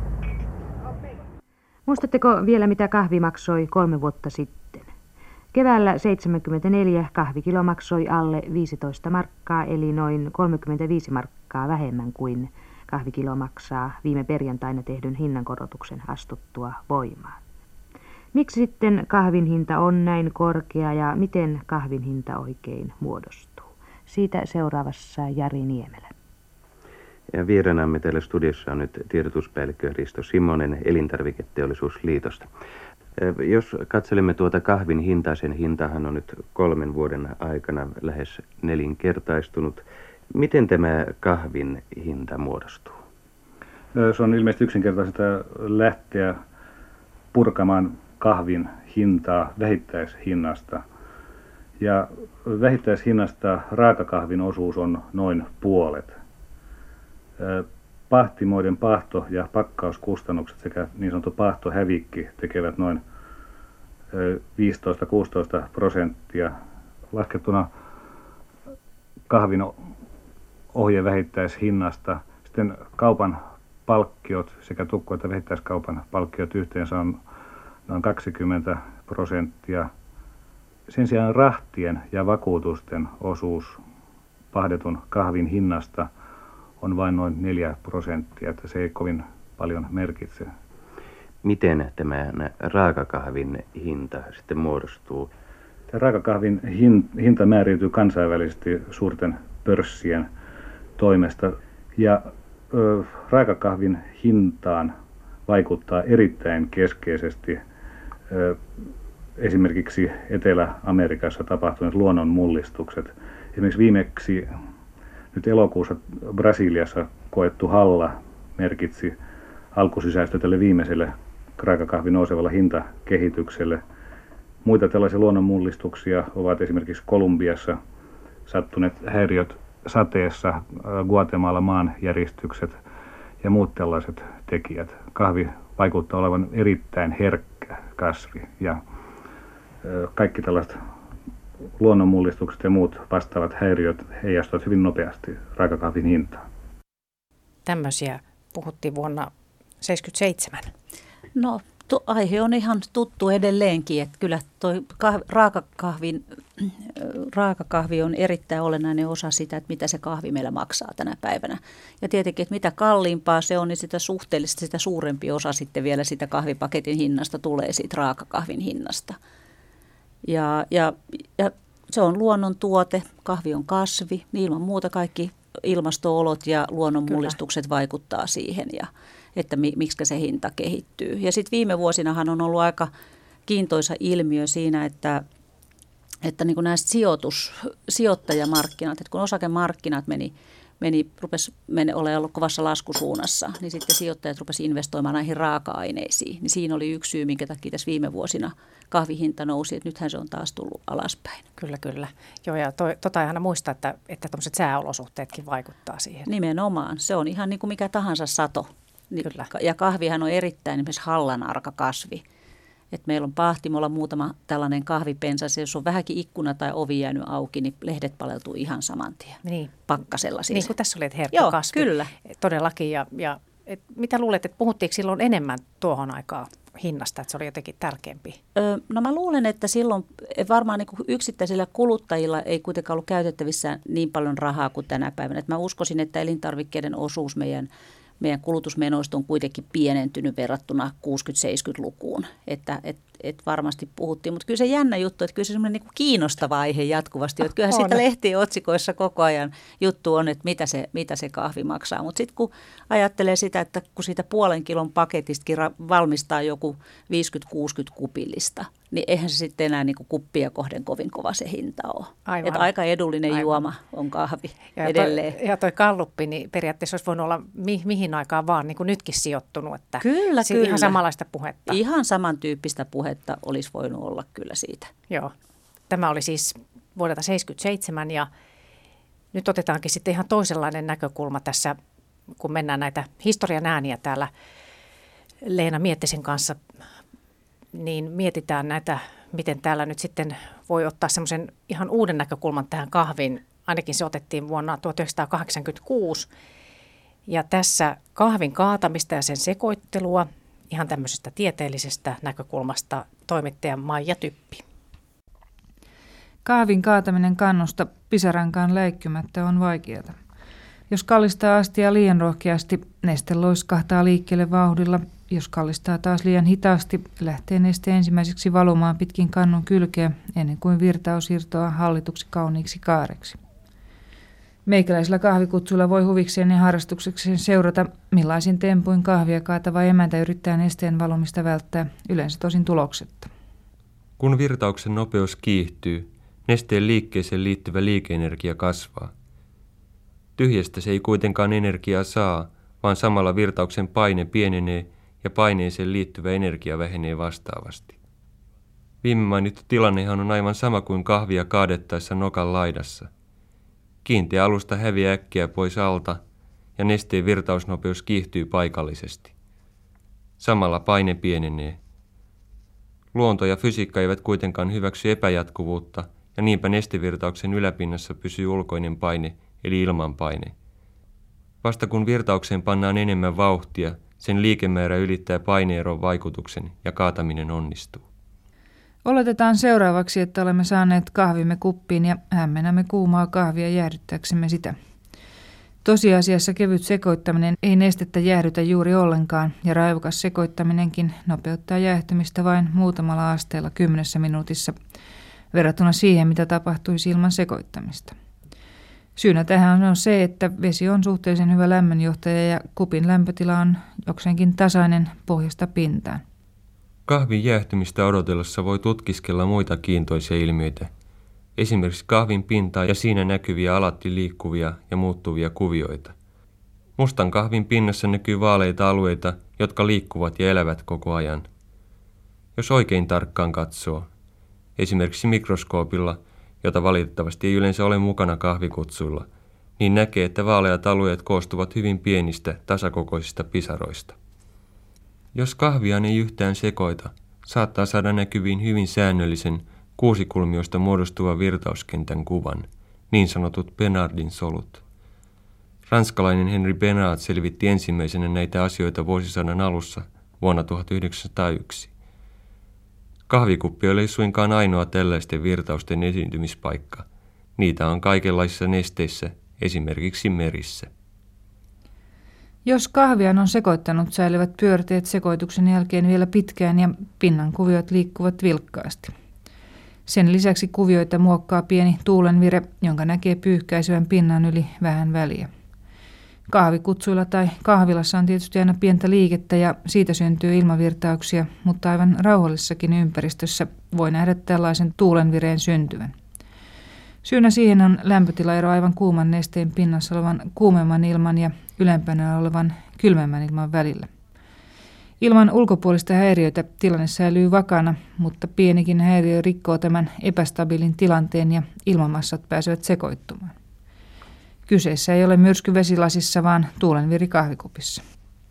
Muistatteko vielä, mitä kahvi maksoi kolme vuotta sitten? Keväällä seitsemänkymmentäneljä kahvikilo maksoi alle viisitoista markkaa, eli noin kolmekymmentäviisi markkaa vähemmän kuin kahvikilo maksaa viime perjantaina tehdyn hinnankorotuksen astuttua voimaan. Miksi sitten kahvin hinta on näin korkea ja miten kahvin hinta oikein muodostuu? Siitä seuraavassa Jari Niemelä. Ja vieraanamme täällä studiossa on nyt tiedotuspäällikkö Risto Simonen Elintarviketeollisuusliitosta. Jos katselemme tuota kahvin hintaa, sen hintahan on nyt kolmen vuoden aikana lähes nelinkertaistunut. Miten tämä kahvin hinta muodostuu? Se on ilmeisesti yksinkertaista lähteä purkamaan kahvin hintaa vähittäishinnasta. Ja vähittäishinnasta raakakahvin osuus on noin puolet. Pahtimoiden pahto- ja pakkauskustannukset sekä niin sanottu pahtohävikki tekevät noin viisitoista kuusitoista prosenttia. Laskettuna kahvin ohjevähittäishinnasta. Sitten kaupan palkkiot, sekä tukku- että vähittäiskaupan palkkiot yhteensä on noin kaksikymmentä prosenttia. Sen sijaan rahtien ja vakuutusten osuus pahdetun kahvin hinnasta on vain noin neljä prosenttia, että se ei kovin paljon merkitse. Miten tämä raakakahvin hinta sitten muodostuu? Tämä raakakahvin hinta määräytyy kansainvälisesti suurten pörssien toimesta. Ja ö, raakakahvin hintaan vaikuttaa erittäin keskeisesti ö, esimerkiksi Etelä-Amerikassa tapahtuneet luonnonmullistukset. Esimerkiksi viimeksi nyt elokuussa Brasiliassa koettu halla merkitsi alkusysäystä tälle viimeiselle raakakahvin nousevalla hintakehitykselle. Muita tällaisia luonnonmullistuksia ovat esimerkiksi Kolumbiassa sattuneet häiriöt sateessa, Guatemala maanjäristykset ja muut tällaiset tekijät. Kahvi vaikuttaa olevan erittäin herkkä kasvi ja kaikki tällaiset luonnonmullistukset ja muut vastaavat häiriöt heijastuvat hyvin nopeasti raakakahvin hintaan. Tämmöisiä puhuttiin vuonna seitsemänkymmentäseitsemän. No, to, aihe on ihan tuttu edelleenkin, että kyllä toi kah, raakakahvin, raakakahvi on erittäin olennainen osa sitä, että mitä se kahvi meillä maksaa tänä päivänä. Ja tietenkin, että mitä kalliimpaa se on, niin sitä suhteellisesti sitä suurempi osa sitten vielä sitä kahvipaketin hinnasta tulee siitä raakakahvin hinnasta. Ja, ja, ja se on luonnon tuote, kahvi on kasvi, niin ilman muuta kaikki ilmasto-olot ja luonnonmullistukset Kyllä. vaikuttaa siihen ja että mi, miksi se hinta kehittyy. Ja sitten viime vuosinahan on ollut aika kiintoisa ilmiö siinä, että, että niin kuin näistä sijoitus, sijoittajamarkkinat, että kun osakemarkkinat meni, meni, rupesi meni olemaan kovassa laskusuunnassa, niin sitten sijoittajat rupesivat investoimaan näihin raaka-aineisiin. Niin siinä oli yksi syy, minkä takia tässä viime vuosina kahvihinta nousi, että nythän se on taas tullut alaspäin. Kyllä, kyllä. Joo, ja toi, tota ei aina muista, että, että tuommoiset sääolosuhteetkin vaikuttaa siihen. Nimenomaan. Se on ihan niin kuin mikä tahansa sato. Kyllä. Ja kahvihan on erittäin esimerkiksi hallanarka kasvi. Et meillä on Pahtimolla muutama tällainen kahvipensas, jos on vähänkin ikkuna tai ovi jäänyt auki, niin lehdet paleltuu ihan saman tien niin. pakkasella siis. Niin kuin tässä oli, että herkkä Joo, kasvi. Kyllä. Todellakin. Ja, ja et mitä luulet, että puhuttiinko silloin enemmän tuohon aikaan hinnasta, että se oli jotenkin tärkeämpi? Öö, no mä luulen, että silloin varmaan niin kuin yksittäisillä kuluttajilla ei kuitenkaan ollut käytettävissä niin paljon rahaa kuin tänä päivänä. Et mä uskoisin, että elintarvikkeiden osuus meidän Meidän kulutusmenoista on kuitenkin pienentynyt verrattuna kuusikymmentä-seitsemänkymmentälukuun, että et, et varmasti puhuttiin. Mutta kyllä se jännä juttu, että kyllä se semmoinen niin kiinnostava aihe jatkuvasti, että kyllähän siitä lehtien otsikoissa koko ajan juttu on, että mitä se, mitä se kahvi maksaa. Mutta sitten kun ajattelee sitä, että kun siitä puolen kilon paketistakin valmistaa joku viisikymmentä kuusikymmentä kupillista, niin eihän se sitten enää niin kuin kuppia kohden kovin kova se hinta ole. Että aika edullinen Aivan. juoma on kahvi ja edelleen. Toi, ja toi galluppi, niin periaatteessa olisi voinut olla mi- mihin aikaan vaan niin kuin nytkin sijoittunut. Että kyllä, kyllä. Ihan samanlaista puhetta. Ihan samantyyppistä puhetta olisi voinut olla kyllä siitä. Joo. Tämä oli siis vuodelta seitsemänkymmentäseitsemän ja nyt otetaankin sitten ihan toisenlainen näkökulma tässä, kun mennään näitä historian ääniä täällä Leena Miettisen kanssa, niin mietitään näitä, miten täällä nyt sitten voi ottaa semmoisen ihan uuden näkökulman tähän kahviin. Ainakin se otettiin vuonna tuhatyhdeksänsataakahdeksankymmentäkuusi. Ja tässä kahvin kaatamista ja sen sekoittelua ihan tämmöisestä tieteellisestä näkökulmasta toimittaja Maija Typpi. Kahvin kaataminen kannusta pisarankaan läikkymättä on vaikeata. Jos kallistaa astia liian rohkeasti, neste loiskahtaa liikkeelle vauhdilla. Jos kallistaa taas liian hitaasti, lähtee neste ensimmäiseksi valumaan pitkin kannun kylkeä ennen kuin virtaus irtoaa hallituksi kauniiksi kaareksi. Meikäläisillä kahvikutsuilla voi huvikseen ja harrastuksekseen seurata, millaisin tempuin kahvia kaatava emäntä yrittää nesteen valumista välttää, yleensä tosin tuloksetta. Kun virtauksen nopeus kiihtyy, nesteen liikkeeseen liittyvä liikeenergia kasvaa. Tyhjästä se ei kuitenkaan energiaa saa, vaan samalla virtauksen paine pienenee ja paineeseen liittyvä energia vähenee vastaavasti. Viime mainittu tilannehan on aivan sama kuin kahvia kaadettaessa nokan laidassa. Kiinteä alusta häviää äkkiä pois alta ja nesteen virtausnopeus kiihtyy paikallisesti. Samalla paine pienenee. Luonto ja fysiikka eivät kuitenkaan hyväksy epäjatkuvuutta ja niinpä nestevirtauksen yläpinnassa pysyy ulkoinen paine eli ilmanpaine. Vasta kun virtaukseen pannaan enemmän vauhtia, sen liikemäärä ylittää paineeron vaikutuksen ja kaataminen onnistuu. Oletetaan seuraavaksi, että olemme saaneet kahvimme kuppiin ja hämmennämme kuumaa kahvia jäähdyttääksemme sitä. Tosiasiassa kevyt sekoittaminen ei nestettä jäähdytä juuri ollenkaan ja raivokas sekoittaminenkin nopeuttaa jäähtymistä vain muutamalla asteella kymmenessä minuutissa verrattuna siihen, mitä tapahtuisi ilman sekoittamista. Syynä tähän on se, että vesi on suhteellisen hyvä lämmönjohtaja ja kupin lämpötila on jokseenkin tasainen pohjasta pintaan. Kahvin jäähtymistä odotellessa voi tutkiskella muita kiintoisia ilmiöitä. Esimerkiksi kahvin pintaa ja siinä näkyviä alatti liikkuvia ja muuttuvia kuvioita. Mustan kahvin pinnassa näkyy vaaleita alueita, jotka liikkuvat ja elävät koko ajan. Jos oikein tarkkaan katsoo, esimerkiksi mikroskoopilla, jota valitettavasti ei yleensä ole mukana kahvikutsuilla, niin näkee, että vaaleat alueet koostuvat hyvin pienistä, tasakokoisista pisaroista. Jos kahvia ei yhtään sekoita, saattaa saada näkyviin hyvin säännöllisen kuusikulmiosta muodostuva virtauskentän kuvan, niin sanotut Benardin solut. Ranskalainen Henri Benard selvitti ensimmäisenä näitä asioita vuosisadan alussa vuonna tuhatyhdeksänsataayksi. Kahvikuppi ei ole suinkaan ainoa tällaisten virtausten esiintymispaikka. Niitä on kaikenlaisissa nesteissä, esimerkiksi merissä. Jos kahvian on sekoittanut, säilyvät pyörteet sekoituksen jälkeen vielä pitkään ja pinnan kuviot liikkuvat vilkkaasti. Sen lisäksi kuvioita muokkaa pieni tuulenvire, jonka näkee pyyhkäisevän pinnan yli vähän väliä. Kahvikutsuilla tai kahvilassa on tietysti aina pientä liikettä ja siitä syntyy ilmavirtauksia, mutta aivan rauhallisessakin ympäristössä voi nähdä tällaisen tuulenvireen syntyvän. Syynä siihen on lämpötilaero aivan kuuman nesteen pinnassa olevan kuumemman ilman ja ylempänä olevan kylmemmän ilman välillä. Ilman ulkopuolista häiriötä tilanne säilyy vakana, mutta pienikin häiriö rikkoo tämän epästabiilin tilanteen ja ilmamassat pääsevät sekoittumaan. Kyseessä ei ole myrsky vesilasissa, vaan tuulenviri kahvikupissa.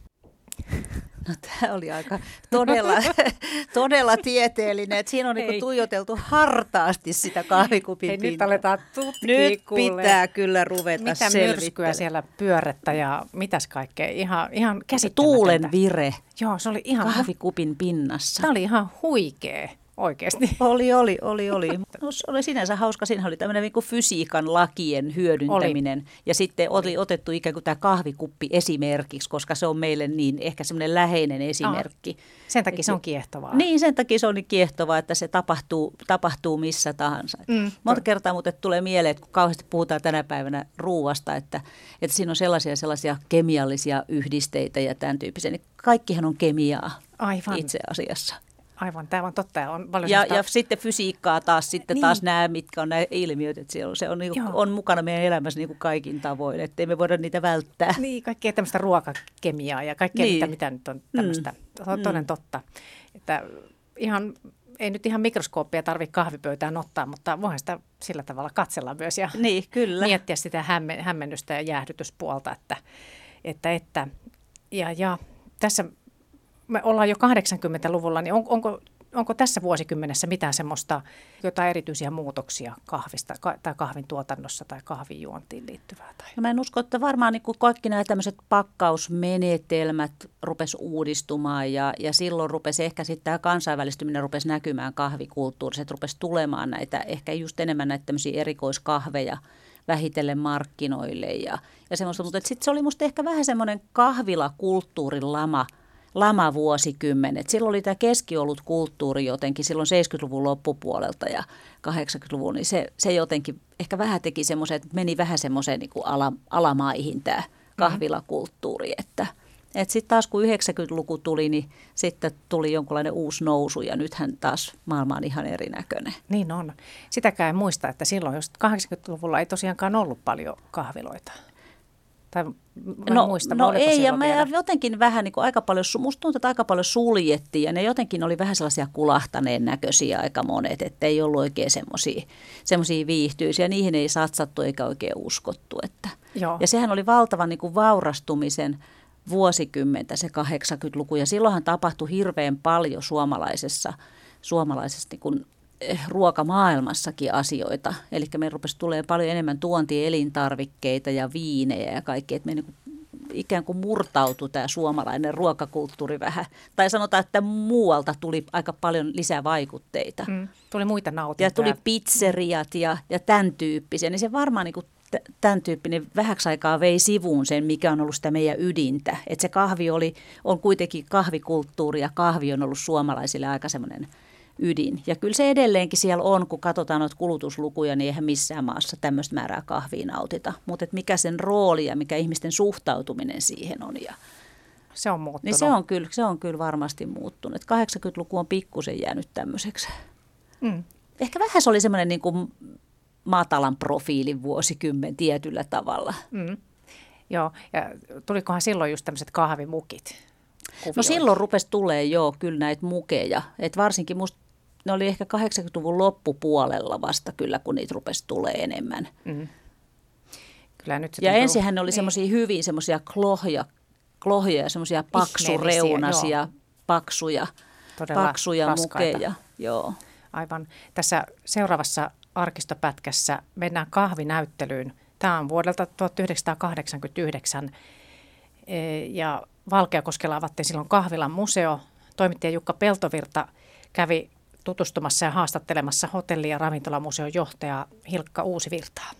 No tämä oli aika todella, todella tieteellinen, että siinä on niinku tuijoteltu hartaasti sitä kahvikupin pintaa. Nyt aletaan tutkia, Nyt kuule. pitää kyllä ruveta mitä selvittelemään. myrskyä siellä pyörettä ja mitäs kaikkea. Ihan, ihan käsittämätöntä. Tuulen vire. Joo, se oli ihan kahvikupin pinnassa. Tämä oli ihan huikea. Oikeasti. Oli, oli, oli, oli. No, se oli sinänsä hauska. Siinä oli tämmöinen niin kuin fysiikan lakien hyödyntäminen. Oli. Ja sitten oli otettu ikään kuin tämä kahvikuppi esimerkiksi, koska se on meille niin ehkä semmoinen läheinen esimerkki. No, sen takia Et, se on kiehtovaa. Niin, sen takia se on niin kiehtovaa, että se tapahtuu, tapahtuu missä tahansa. Mm. Monta kertaa muuten tulee mieleen, että kun kauheasti puhutaan tänä päivänä ruuasta, että, että siinä on sellaisia sellaisia kemiallisia yhdisteitä ja tämän tyyppisiä. Niin kaikkihan on kemiaa. Aivan. Itse asiassa. Aivan, tämä on totta. On paljon ja, sitä... ja sitten fysiikkaa taas, sitten niin. taas nämä, mitkä on nämä ilmiöt, että se on, se on, niin kuin, on mukana meidän elämässä niin kuin kaikin tavoin, ettei me voida niitä välttää. Niin, kaikkea tämmöistä ruokakemiaa ja kaikkea, niin. mitä, mitä nyt on tämmöistä. Mm. Toden totta. Että ihan, ei nyt ihan mikroskooppia tarvitse kahvipöytään ottaa, mutta voihan sitä sillä tavalla katsella myös ja niin, kyllä. miettiä sitä hämme, hämmennystä ja jäähdytyspuolta. Että, että, että, ja, ja tässä... Me ollaan jo kahdeksankymmentäluvulla, niin on, onko, onko tässä vuosikymmenessä mitään semmoista, jotain erityisiä muutoksia kahvista tai kahvin tuotannossa tai kahvin juontiin liittyvää? Tai? No mä en usko, että varmaan niin kuin kaikki nämä tämmöiset pakkausmenetelmät rupesi uudistumaan ja, ja silloin rupesi ehkä sitten tämä kansainvälistyminen rupesi näkymään kahvikulttuurissa, että rupesi tulemaan näitä ehkä just enemmän näitä tämmöisiä erikoiskahveja vähitellen markkinoille ja, ja semmoista, mutta sitten se oli musta ehkä vähän semmoinen kahvilakulttuurin lama, lama vuosikymmenet. Silloin oli tämä keskiolut kulttuuri jotenkin silloin seitsemänkymmentäluvun loppupuolelta ja kahdeksankymmentäluvun, niin se, se jotenkin ehkä vähän teki semmoisen, että meni vähän semmoiseen niin kuin ala, alamaihin tämä kahvilakulttuuri, että et sitten taas kun yhdeksänkymmentäluku tuli, niin sitten tuli jonkunlainen uusi nousu ja nythän taas maailma on ihan erinäköinen. Niin on. Sitäkään en muista, että silloin just kahdeksankymmentäluvulla ei tosiaankaan ollut paljon kahviloita. Tai no muista, no ei, ja me jotenkin vähän niin kuin aika paljon, musta tuntuu, että aika paljon suljettiin, ja ne jotenkin oli vähän sellaisia kulahtaneen näköisiä aika monet, että ei ollut oikein semmoisia viihtyisiä, niihin ei satsattu eikä oikein uskottu. Että. Ja sehän oli valtavan niin kuin vaurastumisen vuosikymmentä se kahdeksankymmentäluku, ja silloinhan tapahtui hirveän paljon suomalaisessa, suomalaisessa niin kuin ruokamaailmassakin asioita. Eli me rupesi tulemaan paljon enemmän tuontielintarvikkeita ja viinejä ja kaikkea. Että me niin kuin ikään kuin murtautui tämä suomalainen ruokakulttuuri vähän. Tai sanotaan, että muualta tuli aika paljon lisää vaikutteita. Mm, tuli muita nautintoja. Ja tuli pizzeriat ja, ja tämän tyyppisiä. Niin se varmaan niin kuin tämän tyyppinen vähäksi aikaa vei sivuun sen, mikä on ollut sitä meidän ydintä. Että se kahvi oli, on kuitenkin kahvikulttuuri ja kahvi on ollut suomalaisille aika semmoinen ydin. Ja kyllä se edelleenkin siellä on, kun katsotaan noita kulutuslukuja, niin eihän missään maassa tämmöistä määrää kahvia nautita. Mutta mikä sen rooli ja mikä ihmisten suhtautuminen siihen on. Ja se on muuttunut. Niin se on kyllä, se on kyllä varmasti muuttunut. kahdeksankymmentäluku on pikkusen jäänyt tämmöiseksi. Mm. Ehkä vähän se oli semmoinen niin kuin matalan profiilin vuosikymmen tietyllä tavalla. Mm. Joo, ja tulikohan silloin just tämmöiset kahvimukit? Kuvioon. No silloin rupesi tulee joo kyllä näitä mukeja. Et varsinkin musta ne oli ehkä kahdeksankymmentäluvun loppupuolella vasta kyllä, kun niitä rupesi tulee enemmän. Mm. Kyllä nyt ja ensinhän ne oli niin. semmoisia hyvin semmoisia klohja, klohja ja semmoisia paksureunaisia, paksuja, paksuja mukeja. Joo. Aivan. Tässä seuraavassa arkistopätkässä mennään kahvinäyttelyyn. Tämä on vuodelta tuhatyhdeksänsataakahdeksankymmentäyhdeksän ja Valkeakoskella avattiin silloin kahvilan museo. Toimittaja Jukka Peltovirta kävi tutustumassa ja haastattelemassa hotelli- ja ravintolamuseon johtajaa Hilkka Uusivirtaa.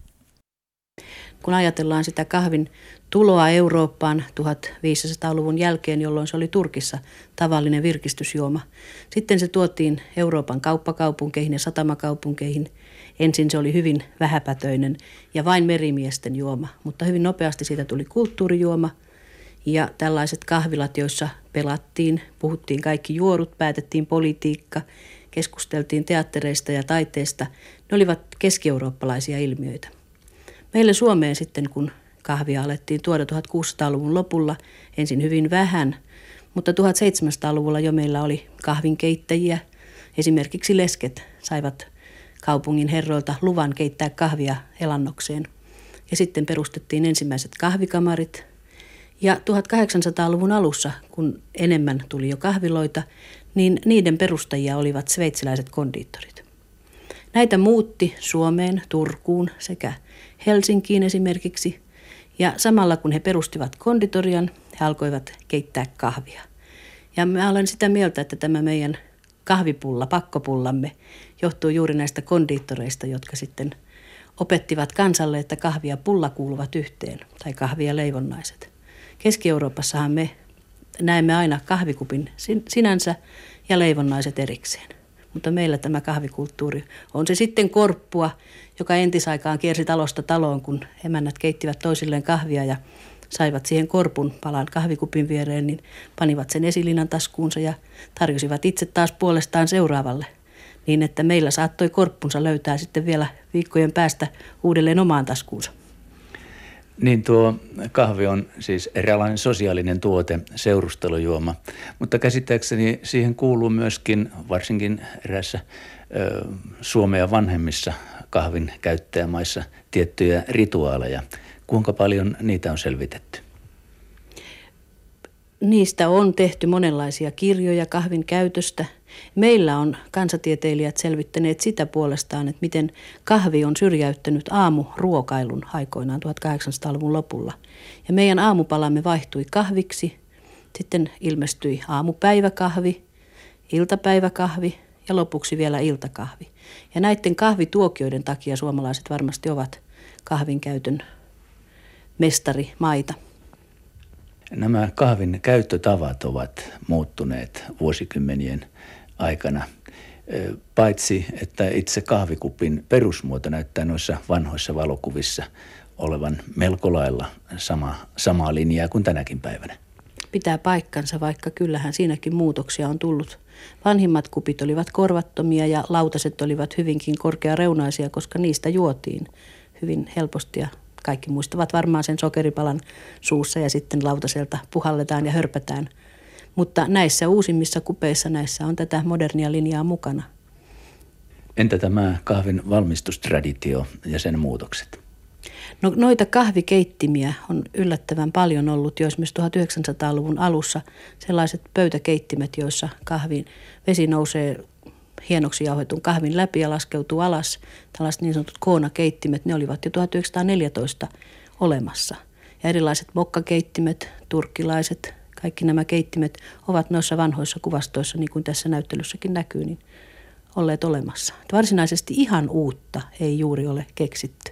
Kun ajatellaan sitä kahvin tuloa Eurooppaan tuhatviisisataaluvun jälkeen, jolloin se oli Turkissa tavallinen virkistysjuoma. Sitten se tuotiin Euroopan kauppakaupunkeihin ja satamakaupunkeihin. Ensin se oli hyvin vähäpätöinen ja vain merimiesten juoma, mutta hyvin nopeasti siitä tuli kulttuurijuoma. Ja tällaiset kahvilat, joissa pelattiin, puhuttiin kaikki juorut, päätettiin politiikka, keskusteltiin teattereista ja taiteesta, ne olivat keski-eurooppalaisia ilmiöitä. Meille Suomeen sitten, kun kahvia alettiin tuoda tuhatkuusisataaluvun lopulla, ensin hyvin vähän, mutta tuhatseitsemänsataaluvulla jo meillä oli kahvinkeittäjiä. Esimerkiksi lesket saivat kaupungin herroilta luvan keittää kahvia elannokseen. Ja sitten perustettiin ensimmäiset kahvikamarit. Ja tuhatkahdeksansataaluvun alussa, kun enemmän tuli jo kahviloita, niin niiden perustajia olivat sveitsiläiset kondiittorit. Näitä muutti Suomeen, Turkuun sekä Helsinkiin esimerkiksi. Ja samalla kun he perustivat konditorian, he alkoivat keittää kahvia. Ja mä olen sitä mieltä, että tämä meidän kahvipulla, pakkopullamme, johtuu juuri näistä kondiittoreista, jotka sitten opettivat kansalle, että kahvi ja pulla kuuluvat yhteen, tai kahvi ja leivonnaiset. Keski-Euroopassahan me näemme aina kahvikupin sinänsä ja leivonnaiset erikseen. Mutta meillä tämä kahvikulttuuri on se sitten korppua, joka entisaikaan kiersi talosta taloon, kun emännät keittivät toisilleen kahvia ja saivat siihen korpun palan kahvikupin viereen, niin panivat sen esilinan taskuunsa ja tarjosivat itse taas puolestaan seuraavalle. Niin että meillä saattoi korppunsa löytää sitten vielä viikkojen päästä uudelleen omaan taskuunsa. Niin tuo kahvi on siis eräänlainen sosiaalinen tuote, seurustelujuoma, mutta käsittääkseni siihen kuuluu myöskin varsinkin eräissä ö, Suomea vanhemmissa kahvin käyttäjämaissa tiettyjä rituaaleja. Kuinka paljon niitä on selvitetty? Niistä on tehty monenlaisia kirjoja kahvin käytöstä. Meillä on kansatieteilijät selvittäneet sitä puolestaan, että miten kahvi on syrjäyttänyt aamuruokailun aikoinaan tuhatkahdeksansataaluvun lopulla. Ja meidän aamupalamme vaihtui kahviksi, sitten ilmestyi aamupäiväkahvi, iltapäiväkahvi ja lopuksi vielä iltakahvi. Ja näiden kahvituokioiden takia suomalaiset varmasti ovat kahvin käytön mestarimaita. Nämä kahvin käyttötavat ovat muuttuneet vuosikymmenien aikana, paitsi että itse kahvikupin perusmuoto näyttää noissa vanhoissa valokuvissa olevan melko lailla sama, samaa linjaa kuin tänäkin päivänä. Pitää paikkansa, vaikka kyllähän siinäkin muutoksia on tullut. Vanhimmat kupit olivat korvattomia ja lautaset olivat hyvinkin korkeareunaisia, koska niistä juotiin hyvin helposti ja kaikki muistavat varmaan sen sokeripalan suussa ja sitten lautaselta puhalletaan ja hörpätään. Mutta näissä uusimmissa kupeissa näissä on tätä modernia linjaa mukana. Entä tämä kahvin valmistustraditio ja sen muutokset? No, noita kahvikeittimiä on yllättävän paljon ollut jo esimerkiksi tuhatyhdeksänsataaluvun alussa sellaiset pöytäkeittimet, joissa kahvin vesi nousee hienoksi jauhetun kahvin läpi ja laskeutuu alas. Tällaiset niin sanotut koonakeittimet, ne olivat jo tuhatyhdeksänsataaneljätoista olemassa. Ja erilaiset mokkakeittimet, turkkilaiset, kaikki nämä keittimet ovat noissa vanhoissa kuvastoissa, niin kuin tässä näyttelyssäkin näkyy, niin olleet olemassa. Varsinaisesti ihan uutta ei juuri ole keksitty.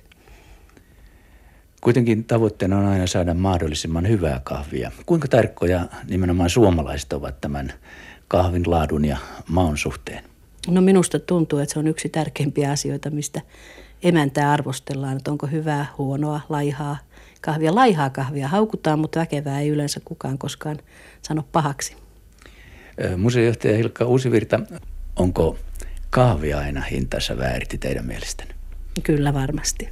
Kuitenkin tavoitteena on aina saada mahdollisimman hyvää kahvia. Kuinka tarkkoja nimenomaan suomalaiset ovat tämän kahvin laadun ja maun suhteen? No minusta tuntuu, että se on yksi tärkeimpiä asioita, mistä emäntää arvostellaan, että onko hyvää, huonoa, laihaa kahvia. Laihaa kahvia haukutaan, mutta väkevää ei yleensä kukaan koskaan sano pahaksi. Museojohtaja Hilkka Uusivirta, onko kahvi aina hintansa väärti teidän mielestänne? Kyllä varmasti.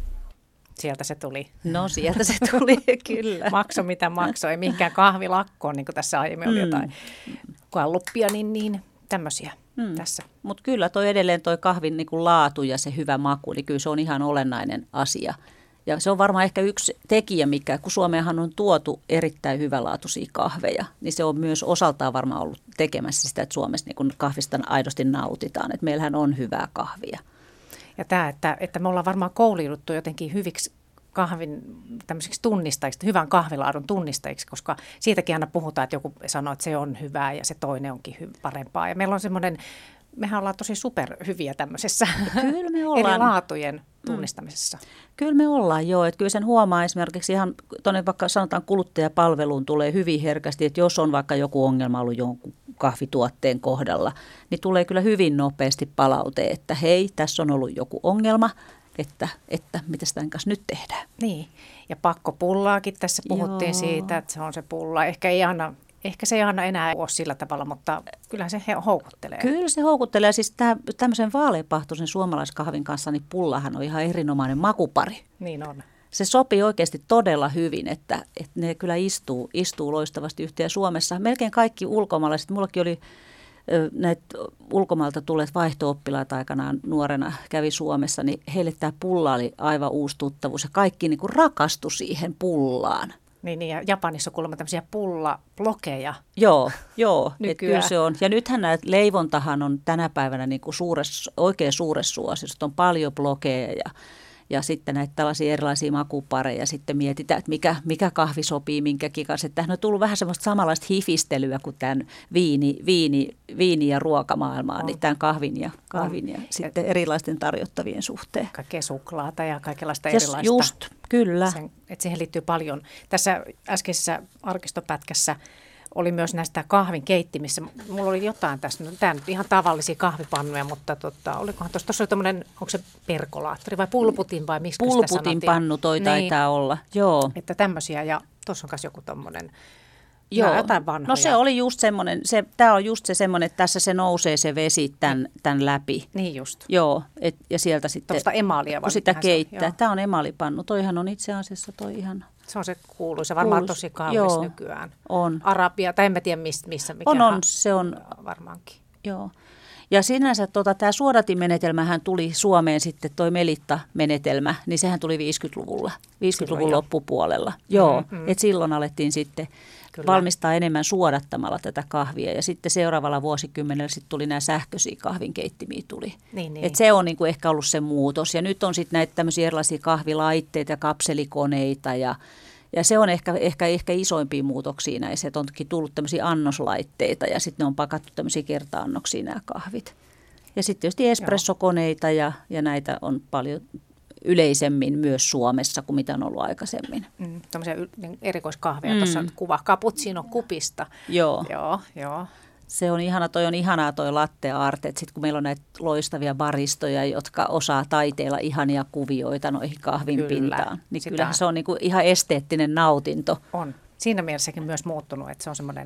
Sieltä se tuli. No sieltä se tuli, kyllä. Makso mitä maksoi, mihinkään kahvilakkoon, niin kuin tässä aiemmin oli Mm. jotain galluppia, niin, niin tämmöisiä mm. tässä. Mutta kyllä toi edelleen toi kahvin niin kuin laatu ja se hyvä maku, niin kyllä se on ihan olennainen asia. Ja se on varmaan ehkä yksi tekijä, mikä, kun Suomeenhan on tuotu erittäin hyvälaatuisia kahveja, niin se on myös osaltaan varmaan ollut tekemässä sitä, että Suomessa niin kun kahvista aidosti nautitaan, että meillähän on hyvää kahvia. Ja tämä, että, että me ollaan varmaan kouluuduttu jotenkin hyviksi kahvin tämmöisiksi tunnistajiksi, hyvän kahvilaadun tunnistajiksi, koska siitäkin aina puhutaan, että joku sanoo, että se on hyvää ja se toinen onkin hy- parempaa. Ja meillä on semmoinen, mehän ollaan tosi superhyviä tämmöisessä Kyllä me ollaan. eri laatujen tunnistamisessa. Mm. Kyllä me ollaan joo, että kyllä sen huomaa esimerkiksi ihan tuonne vaikka sanotaan kuluttajapalveluun tulee hyvin herkästi, että jos on vaikka joku ongelma ollut jonkun kahvituotteen kohdalla, niin tulee kyllä hyvin nopeasti palaute, että hei, tässä on ollut joku ongelma, että, että mitä tämän kanssa nyt tehdään. Niin, ja pakkopullaakin tässä puhuttiin Joo. siitä, että se on se pulla. Ehkä, ei anna, ehkä se ei anna enää ole sillä tavalla, mutta kyllä se houkuttelee. Kyllä se houkuttelee. Siis tämä, tämmöisen vaaleapahtoisen suomalaiskahvin kanssa, niin pullahan on ihan erinomainen makupari. Niin on. Se sopii oikeasti todella hyvin, että, että ne kyllä istuu, istuu loistavasti yhteen Suomessa. Melkein kaikki ulkomaalaiset, mullakin oli näitä ulkomailta tulleet vaihto-oppilaat aikanaan nuorena kävi Suomessa, niin heille tämä pulla oli aivan uusi tuttavuus ja kaikki niin kuin rakastui siihen pullaan. Niin, niin, ja Japanissa on kuulemma tämmöisiä pullablokeja. Joo, joo. Nykyään. Et kyllä se on. Ja nythän nämä leivontahan on tänä päivänä niin kuin suures, oikein suuressa suosiossa. On paljon blokeja ja, ja sitten näitä tällaisia erilaisia makupareja. Sitten mietitään, että mikä, mikä kahvi sopii minkäkin kanssa. Tämähän on tullut vähän semmoista samanlaista hifistelyä kuin tämän viini, viini, viini ja ruokamaailmaan, niin tämän kahvin ja, kahvin ja sitten erilaisten tarjottavien suhteen. Kaikkea suklaata ja kaikenlaista Yes, erilaista. Just, kyllä. Sen, että siihen liittyy paljon. Tässä äskeisessä arkistopätkässä oli myös näistä kahvin keittimissä. Mulla oli jotain tässä, no, tämä nyt ihan tavallisia kahvipannuja, mutta tota, olikohan tuossa, tuossa oli tämmöinen, onko se perkolaattori vai pulputin vai miksi sitä sanottiin? Pulputin pannu toi niin, taitaa olla, joo. Että tämmöisiä ja tuossa on myös joku tommoinen, Joo. jotain vanhoja. No se oli just semmoinen, se, tämä on just se semmoinen, että tässä se nousee se vesi tämän, tämän läpi. Niin just. Joo, et, ja sieltä sitten, tuosta emaalia kun sitä keittää. On, tämä on emaalipannu, toihan on itse asiassa toi ihan... Se on se kuuluisa, varmaan Kuulus. tosi kaunis Joo, nykyään. on. Arabia, tai en mä tiedä missä, missä mikä On, on, se on. Varmaankin. Joo. Ja sinänsä tota, tämä suodatimenetelmähän tuli Suomeen sitten, toi Melitta-menetelmä, niin sehän tuli viisikymmentäluvulla, viisikymmentäluvun Silloin loppupuolella. Joo, Mm-hmm. että silloin alettiin sitten Kyllä. valmistaa enemmän suodattamalla tätä kahvia. Ja sitten seuraavalla vuosikymmenellä sitten tuli nämä sähköisiä kahvinkeittimiä tuli. Niin, niin. Et se on niinku ehkä ollut se muutos. Ja nyt on sitten näitä tämmöisiä erilaisia kahvilaitteita ja kapselikoneita ja Ja se on ehkä, ehkä, ehkä isoimpia muutoksia näissä, että onkin tullut tämmöisiä annoslaitteita ja sitten ne on pakattu tämmöisiä kerta-annoksia nämä kahvit. Ja sitten tietysti espressokoneita ja, ja näitä on paljon yleisemmin myös Suomessa kuin mitä on ollut aikaisemmin. Mm, tämmöisiä erikoiskahveja, Mm. tuossa kuva cappuccino kupista. Joo. Joo, joo. Se on ihana, toi on ihanaa toi latte art, että sitten kun meillä on näitä loistavia baristoja, jotka osaa taiteilla ihania kuvioita noihin kahvin Kyllä. pintaan, niin Sitä- kyllähän se on niinku ihan esteettinen nautinto. On. Siinä mielessäkin myös muuttunut, että se on semmoinen,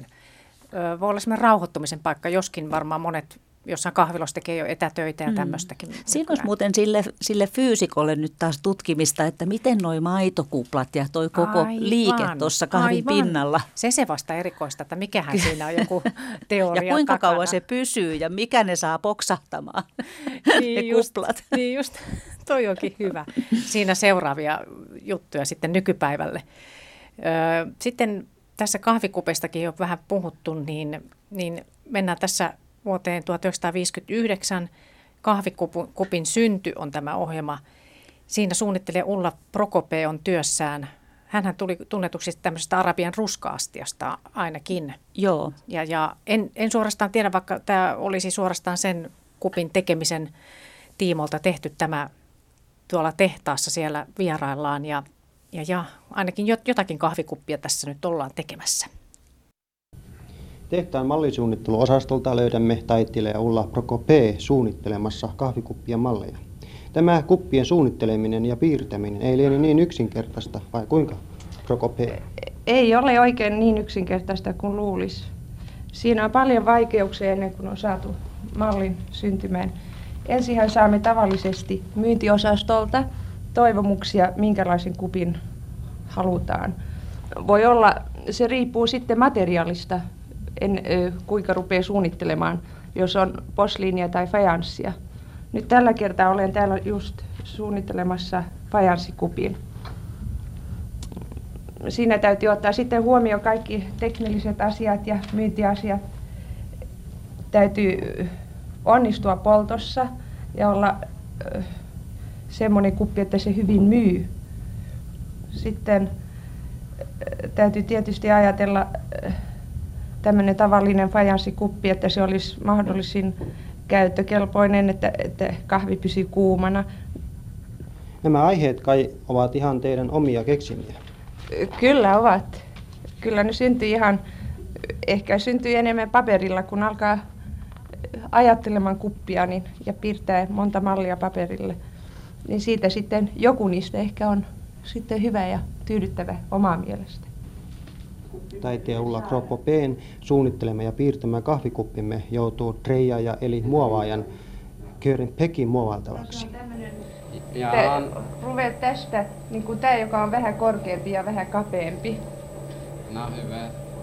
ö, voi olla semmoinen rauhoittumisen paikka, joskin varmaan monet jossain kahvilossa tekee jo etätöitä ja tämmöistäkin. Siinä olisi muuten sille, sille fyysikolle nyt taas tutkimista, että miten noi maitokuplat ja toi koko Aivan, liike tuossa kahvin aivan. pinnalla. Se se vasta erikoista, että mikähän siinä on joku teoria Ja kuinka takana. kauan se pysyy ja mikä ne saa poksahtamaan, Niin ne just, kuplat. niin just, toi onkin hyvä. Siinä seuraavia juttuja sitten nykypäivälle. Ö, sitten tässä kahvikupeistakin on vähän puhuttu, niin, niin mennään tässä vuoteen tuhatyhdeksänsataaviisikymmentäyhdeksän. Kahvikupin synty on tämä ohjelma. Siinä suunnittelee Ulla Prokope on työssään hänhän tuli tunnetuksi tämmöisestä Arabian ruska-astiasta ainakin. Joo. Ja, ja en, en suorastaan tiedä, vaikka tämä olisi suorastaan sen kupin tekemisen tiimolta tehty tämä tuolla tehtaassa siellä vieraillaan. Ja, ja, ja ainakin jotakin kahvikuppia tässä nyt ollaan tekemässä. Tehtaan mallisuunnitteluosastolta löydämme taiteilija Ulla Prokopé suunnittelemassa kahvikuppien malleja. Tämä kuppien suunnitteleminen ja piirtäminen ei liene niin yksinkertaista, vai kuinka, Prokopé? Ei ole oikein niin yksinkertaista kuin luulisi. Siinä on paljon vaikeuksia ennen kuin on saatu mallin syntymään. Ensinhän saamme tavallisesti myyntiosastolta toivomuksia, minkälaisen kupin halutaan. Voi olla, se riippuu sitten materiaalista, en, kuinka rupeaa suunnittelemaan, jos on posliinia tai fajanssia. Nyt tällä kertaa olen täällä just suunnittelemassa fajanssikupin. Siinä täytyy ottaa sitten huomioon kaikki teknilliset asiat ja myyntiasiat. Täytyy onnistua poltossa ja olla äh, semmoinen kuppi, että se hyvin myy. Sitten äh, täytyy tietysti ajatella äh, tämmöinen tavallinen fajanssikuppi, että se olisi mahdollisin käyttökelpoinen, että, että kahvi pysyy kuumana. Nämä aiheet kai ovat ihan teidän omia keksimiä. Kyllä ovat. Kyllä ne syntyy ihan, ehkä syntyy enemmän paperilla, kun alkaa ajattelemaan kuppia niin, ja piirtää monta mallia paperille. Niin siitä sitten joku niistä ehkä on sitten hyvä ja tyydyttävä omaa mielestä. Taiteilija Ulla Prokopén suunnittelema ja piirtämä kahvikuppimme joutuu treijaaja eli muovaajan Körin Pekin muovailtavaksi. Ruveet tästä, niin kuin tämä, joka on vähän korkeampi ja vähän kapeampi. No hyvä.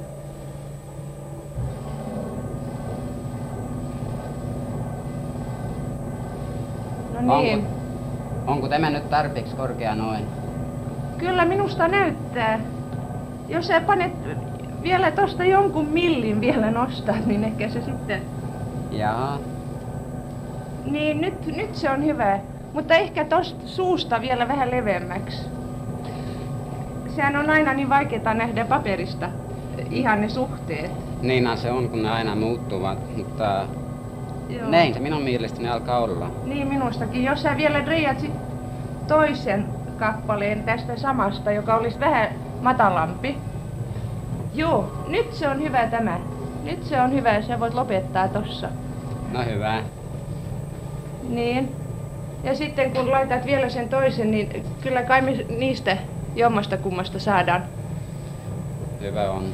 No niin. Onko, onko tämä nyt tarpeeksi korkea noin? Kyllä minusta näyttää. Jos sä panet vielä tosta jonkun millin vielä nostaa, niin ehkä se sitten... Jaa. Niin, nyt, nyt se on hyvä. Mutta ehkä tosta suusta vielä vähän leveämmäksi. Sehän on aina niin vaikeaa nähdä paperista ihan ne suhteet. Niinhän se on, kun ne aina muuttuvat, mutta Joo. näin se minun mielestäni alkaa olla. Niin minustakin. Jos sä vielä dreijat sit toisen kappaleen tästä samasta, joka olisi vähän matalampi. Joo, nyt se on hyvä tämä. Nyt se on hyvä, sä voit lopettaa tossa. No hyvä. Niin. Ja sitten kun laitat vielä sen toisen, niin kyllä kai me niistä jommasta kummasta saadaan. Hyvä on.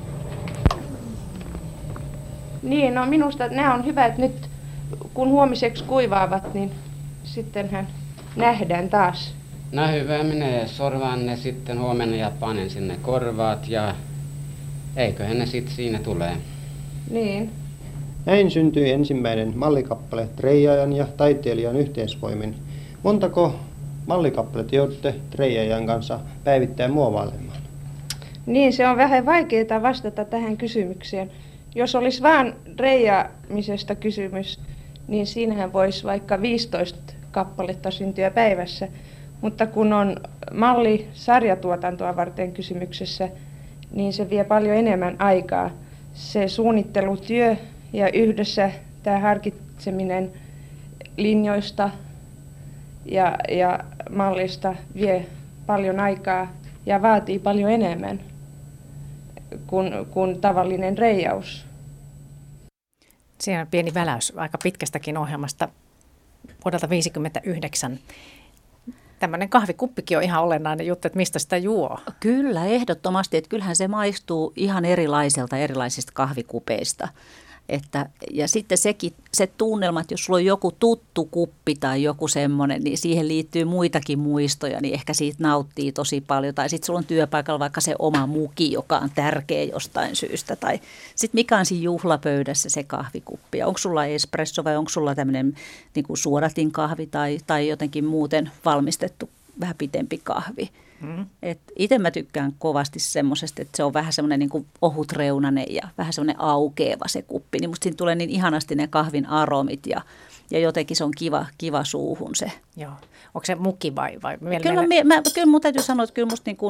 Niin, no minusta nämä on hyvät nyt, kun huomiseksi kuivaavat, niin sittenhän nähdään taas. No hyvä, minä sorvaan ne sitten huomenna ja panen sinne korvaat ja eiköhän ne sitten siinä tulee. Niin. Näin syntyi ensimmäinen mallikappale treijaajan ja taiteilijan yhteisvoimin. Montako mallikappaletta joudutte treijaajan kanssa päivittäin muovailemaan? Niin, se on vähän vaikeaa vastata tähän kysymykseen. Jos olisi vain reijaamisesta kysymys, niin siinähän voisi vaikka viisitoista kappaletta syntyä päivässä. Mutta kun on malli sarjatuotantoa varten kysymyksessä, niin se vie paljon enemmän aikaa. Se suunnittelutyö ja yhdessä tämä harkitseminen linjoista ja, ja mallista vie paljon aikaa ja vaatii paljon enemmän kuin, kuin tavallinen reijaus. Siinä on pieni väläys aika pitkästäkin ohjelmasta vuodelta viisikymmentäyhdeksän. Tämmöinen kahvikuppikin on ihan olennainen juttu, että mistä sitä juo. Kyllä, ehdottomasti. Että kyllähän se maistuu ihan erilaiselta erilaisista kahvikupeista. Että, ja sitten sekin, se tunnelma, että jos sulla on joku tuttu kuppi tai joku semmoinen, niin siihen liittyy muitakin muistoja, niin ehkä siitä nauttii tosi paljon. Tai sitten sulla on työpaikalla vaikka se oma muki, joka on tärkeä jostain syystä. Tai sitten mikä on siinä juhlapöydässä se kahvikuppi. Onko sulla espresso vai onko sulla tämmöinen niin kuin suodatinkahvi tai, tai jotenkin muuten valmistettu vähän pitempi kahvi. Mm. Itse mä tykkään kovasti semmoisesta, että se on vähän semmoinen niin kuin ohutreunainen ja vähän semmoinen aukeava se kuppi. Niin musta siinä tulee niin ihanasti ne kahvin aromit ja, ja jotenkin se on kiva, kiva suuhun se. Joo. Onko se muki vai? vai kyllä, mä, mä, kyllä mun täytyy sanoa, että kyllä musta niin kuin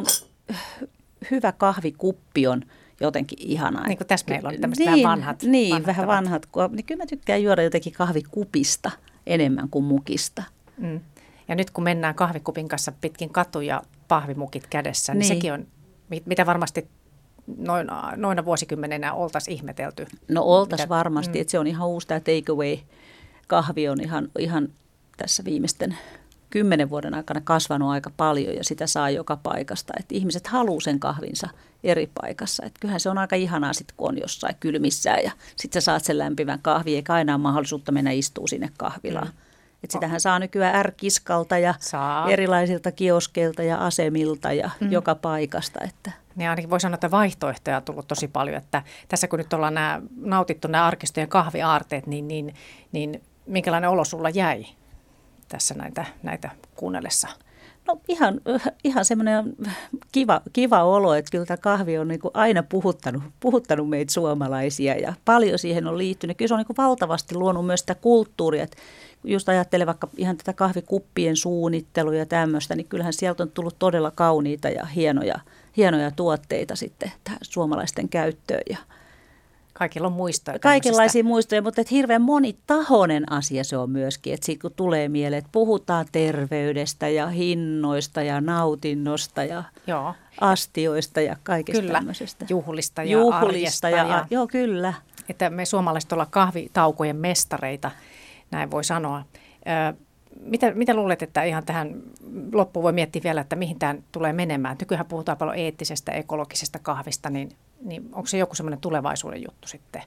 hyvä kahvikuppi on jotenkin ihanaa. Niin kuin tässä meillä on tämmöiset niin, vähän vanhat. Niin, vähän vanhat. Niin kyllä mä tykkään juoda jotenkin kahvikupista enemmän kuin mukista. Mm. Ja nyt kun mennään kahvikupin kanssa pitkin katuja pahvimukit kädessä, niin, niin sekin on, mitä varmasti noina, noina vuosikymmenenä oltaisiin ihmetelty. No oltaisiin varmasti, mm. että se on ihan uusi tämä take away. Kahvi on ihan, ihan tässä viimeisten kymmenen vuoden aikana kasvanut aika paljon ja sitä saa joka paikasta. Että ihmiset haluaa sen kahvinsa eri paikassa. Että kyllähän se on aika ihanaa sitten, kun on jossain kylmissään ja sitten sä saat sen lämpimän kahvin, eikä aina ole mahdollisuutta mennä istuu sinne kahvilaan. Mm. Että sitähän saa nykyään R-kiskalta ja saa. Erilaisilta kioskeilta ja asemilta ja mm. joka paikasta. Että. Niin ainakin voi sanoa, että vaihtoehtoja on tullut tosi paljon. Että tässä kun nyt ollaan nämä, nautittu nämä arkistojen kahviaarteet, niin, niin, niin minkälainen olo sulla jäi tässä näitä, näitä kuunnellessa? No ihan, ihan semmoinen kiva, kiva olo, että kyllä tämä kahvi on niin kuin aina puhuttanut, puhuttanut meitä suomalaisia ja paljon siihen on liittynyt. Kyllä se on niin kuin valtavasti luonut myös sitä kulttuuria, että just ajattelen vaikka ihan tätä kahvikuppien suunnittelua ja tämmöistä, niin kyllähän sieltä on tullut todella kauniita ja hienoja, hienoja tuotteita sitten tähän suomalaisten käyttöön. Ja kaikilla on muistoja. Kaikenlaisia muistoja, mutta että hirveän monitahoinen asia se on myöskin. Että siitä kun tulee mieleen, että puhutaan terveydestä ja hinnoista ja nautinnosta ja joo. astioista ja kaikesta kyllä. tämmöisestä. Juhlista ja Juhlista ja, ja joo, kyllä. Että me suomalaiset ollaan kahvitaukojen mestareita, näin voi sanoa. Ö, mitä, mitä luulet, että ihan tähän loppuun voi miettiä vielä, että mihin tämä tulee menemään? Nykyään puhutaan paljon eettisestä, ekologisesta kahvista, niin Niin onko se joku semmoinen tulevaisuuden juttu sitten?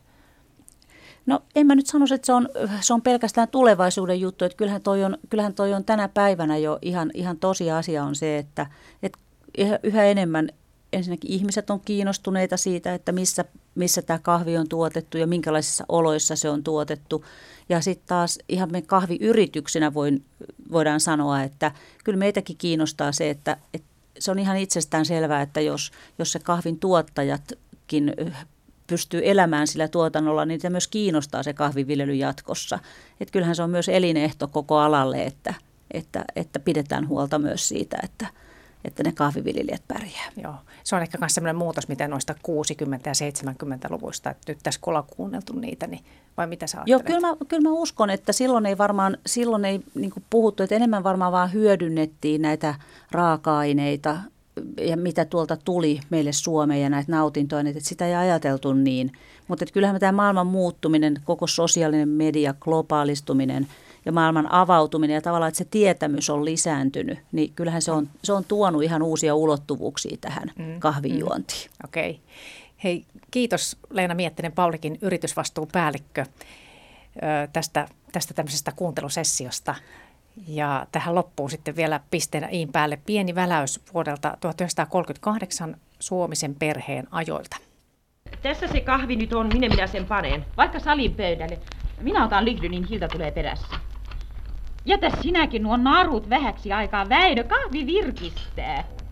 No en mä nyt sanoisi, että se on, se on pelkästään tulevaisuuden juttu. Että kyllähän toi on, kyllähän toi on tänä päivänä jo ihan, ihan tosiasia on se, että, että yhä enemmän ensinnäkin ihmiset on kiinnostuneita siitä, että missä, missä tämä kahvi on tuotettu ja minkälaisissa oloissa se on tuotettu. Ja sitten taas ihan me kahviyrityksenä voin, voidaan sanoa, että kyllä meitäkin kiinnostaa se, että, että se on ihan itsestään selvää, että jos, jos se kahvin tuottajatkin pystyy elämään sillä tuotannolla, niin se myös kiinnostaa se kahviviljely jatkossa. Et kyllähän se on myös elinehto koko alalle, että, että, että pidetään huolta myös siitä, että, että ne kahviviljelijät pärjää. Joo. Se on ehkä myös sellainen muutos, miten noista kuusikymmentä- ja seitsemänkymmentäluvuista, että nyt tässä kun ollaan kuunneltu niitä, niin vai mitä sä ajattelet? Joo, kyllä mä, kyllä mä uskon, että silloin ei varmaan, silloin ei niin kuin puhuttu, että enemmän varmaan vaan hyödynnettiin näitä raaka-aineita ja mitä tuolta tuli meille Suomeen ja näitä nautintoja, että sitä ei ajateltu niin. Mutta kyllähän tämä maailman muuttuminen, koko sosiaalinen media, globaalistuminen ja maailman avautuminen ja tavallaan, että se tietämys on lisääntynyt, niin kyllähän se on, se on tuonut ihan uusia ulottuvuuksia tähän mm, kahvinjuontiin. Mm, Okei. Okay. Hei, kiitos Leena Miettinen, Paulikin yritysvastuupäällikkö tästä, tästä tämmöisestä kuuntelusessiosta. Ja tähän loppuu sitten vielä pisteenä iin päälle pieni väläys vuodelta tuhatyhdeksänsataakolmekymmentäkahdeksan Suomisen perheen ajoilta. Tässä se kahvi nyt on, minne minä sen panen. Vaikka salin pöydälle. Minä otan Ligly, niin Hilda tulee perässä. Jätä sinäkin nuo narut vähäksi aikaa. Väinö, kahvi virkistää.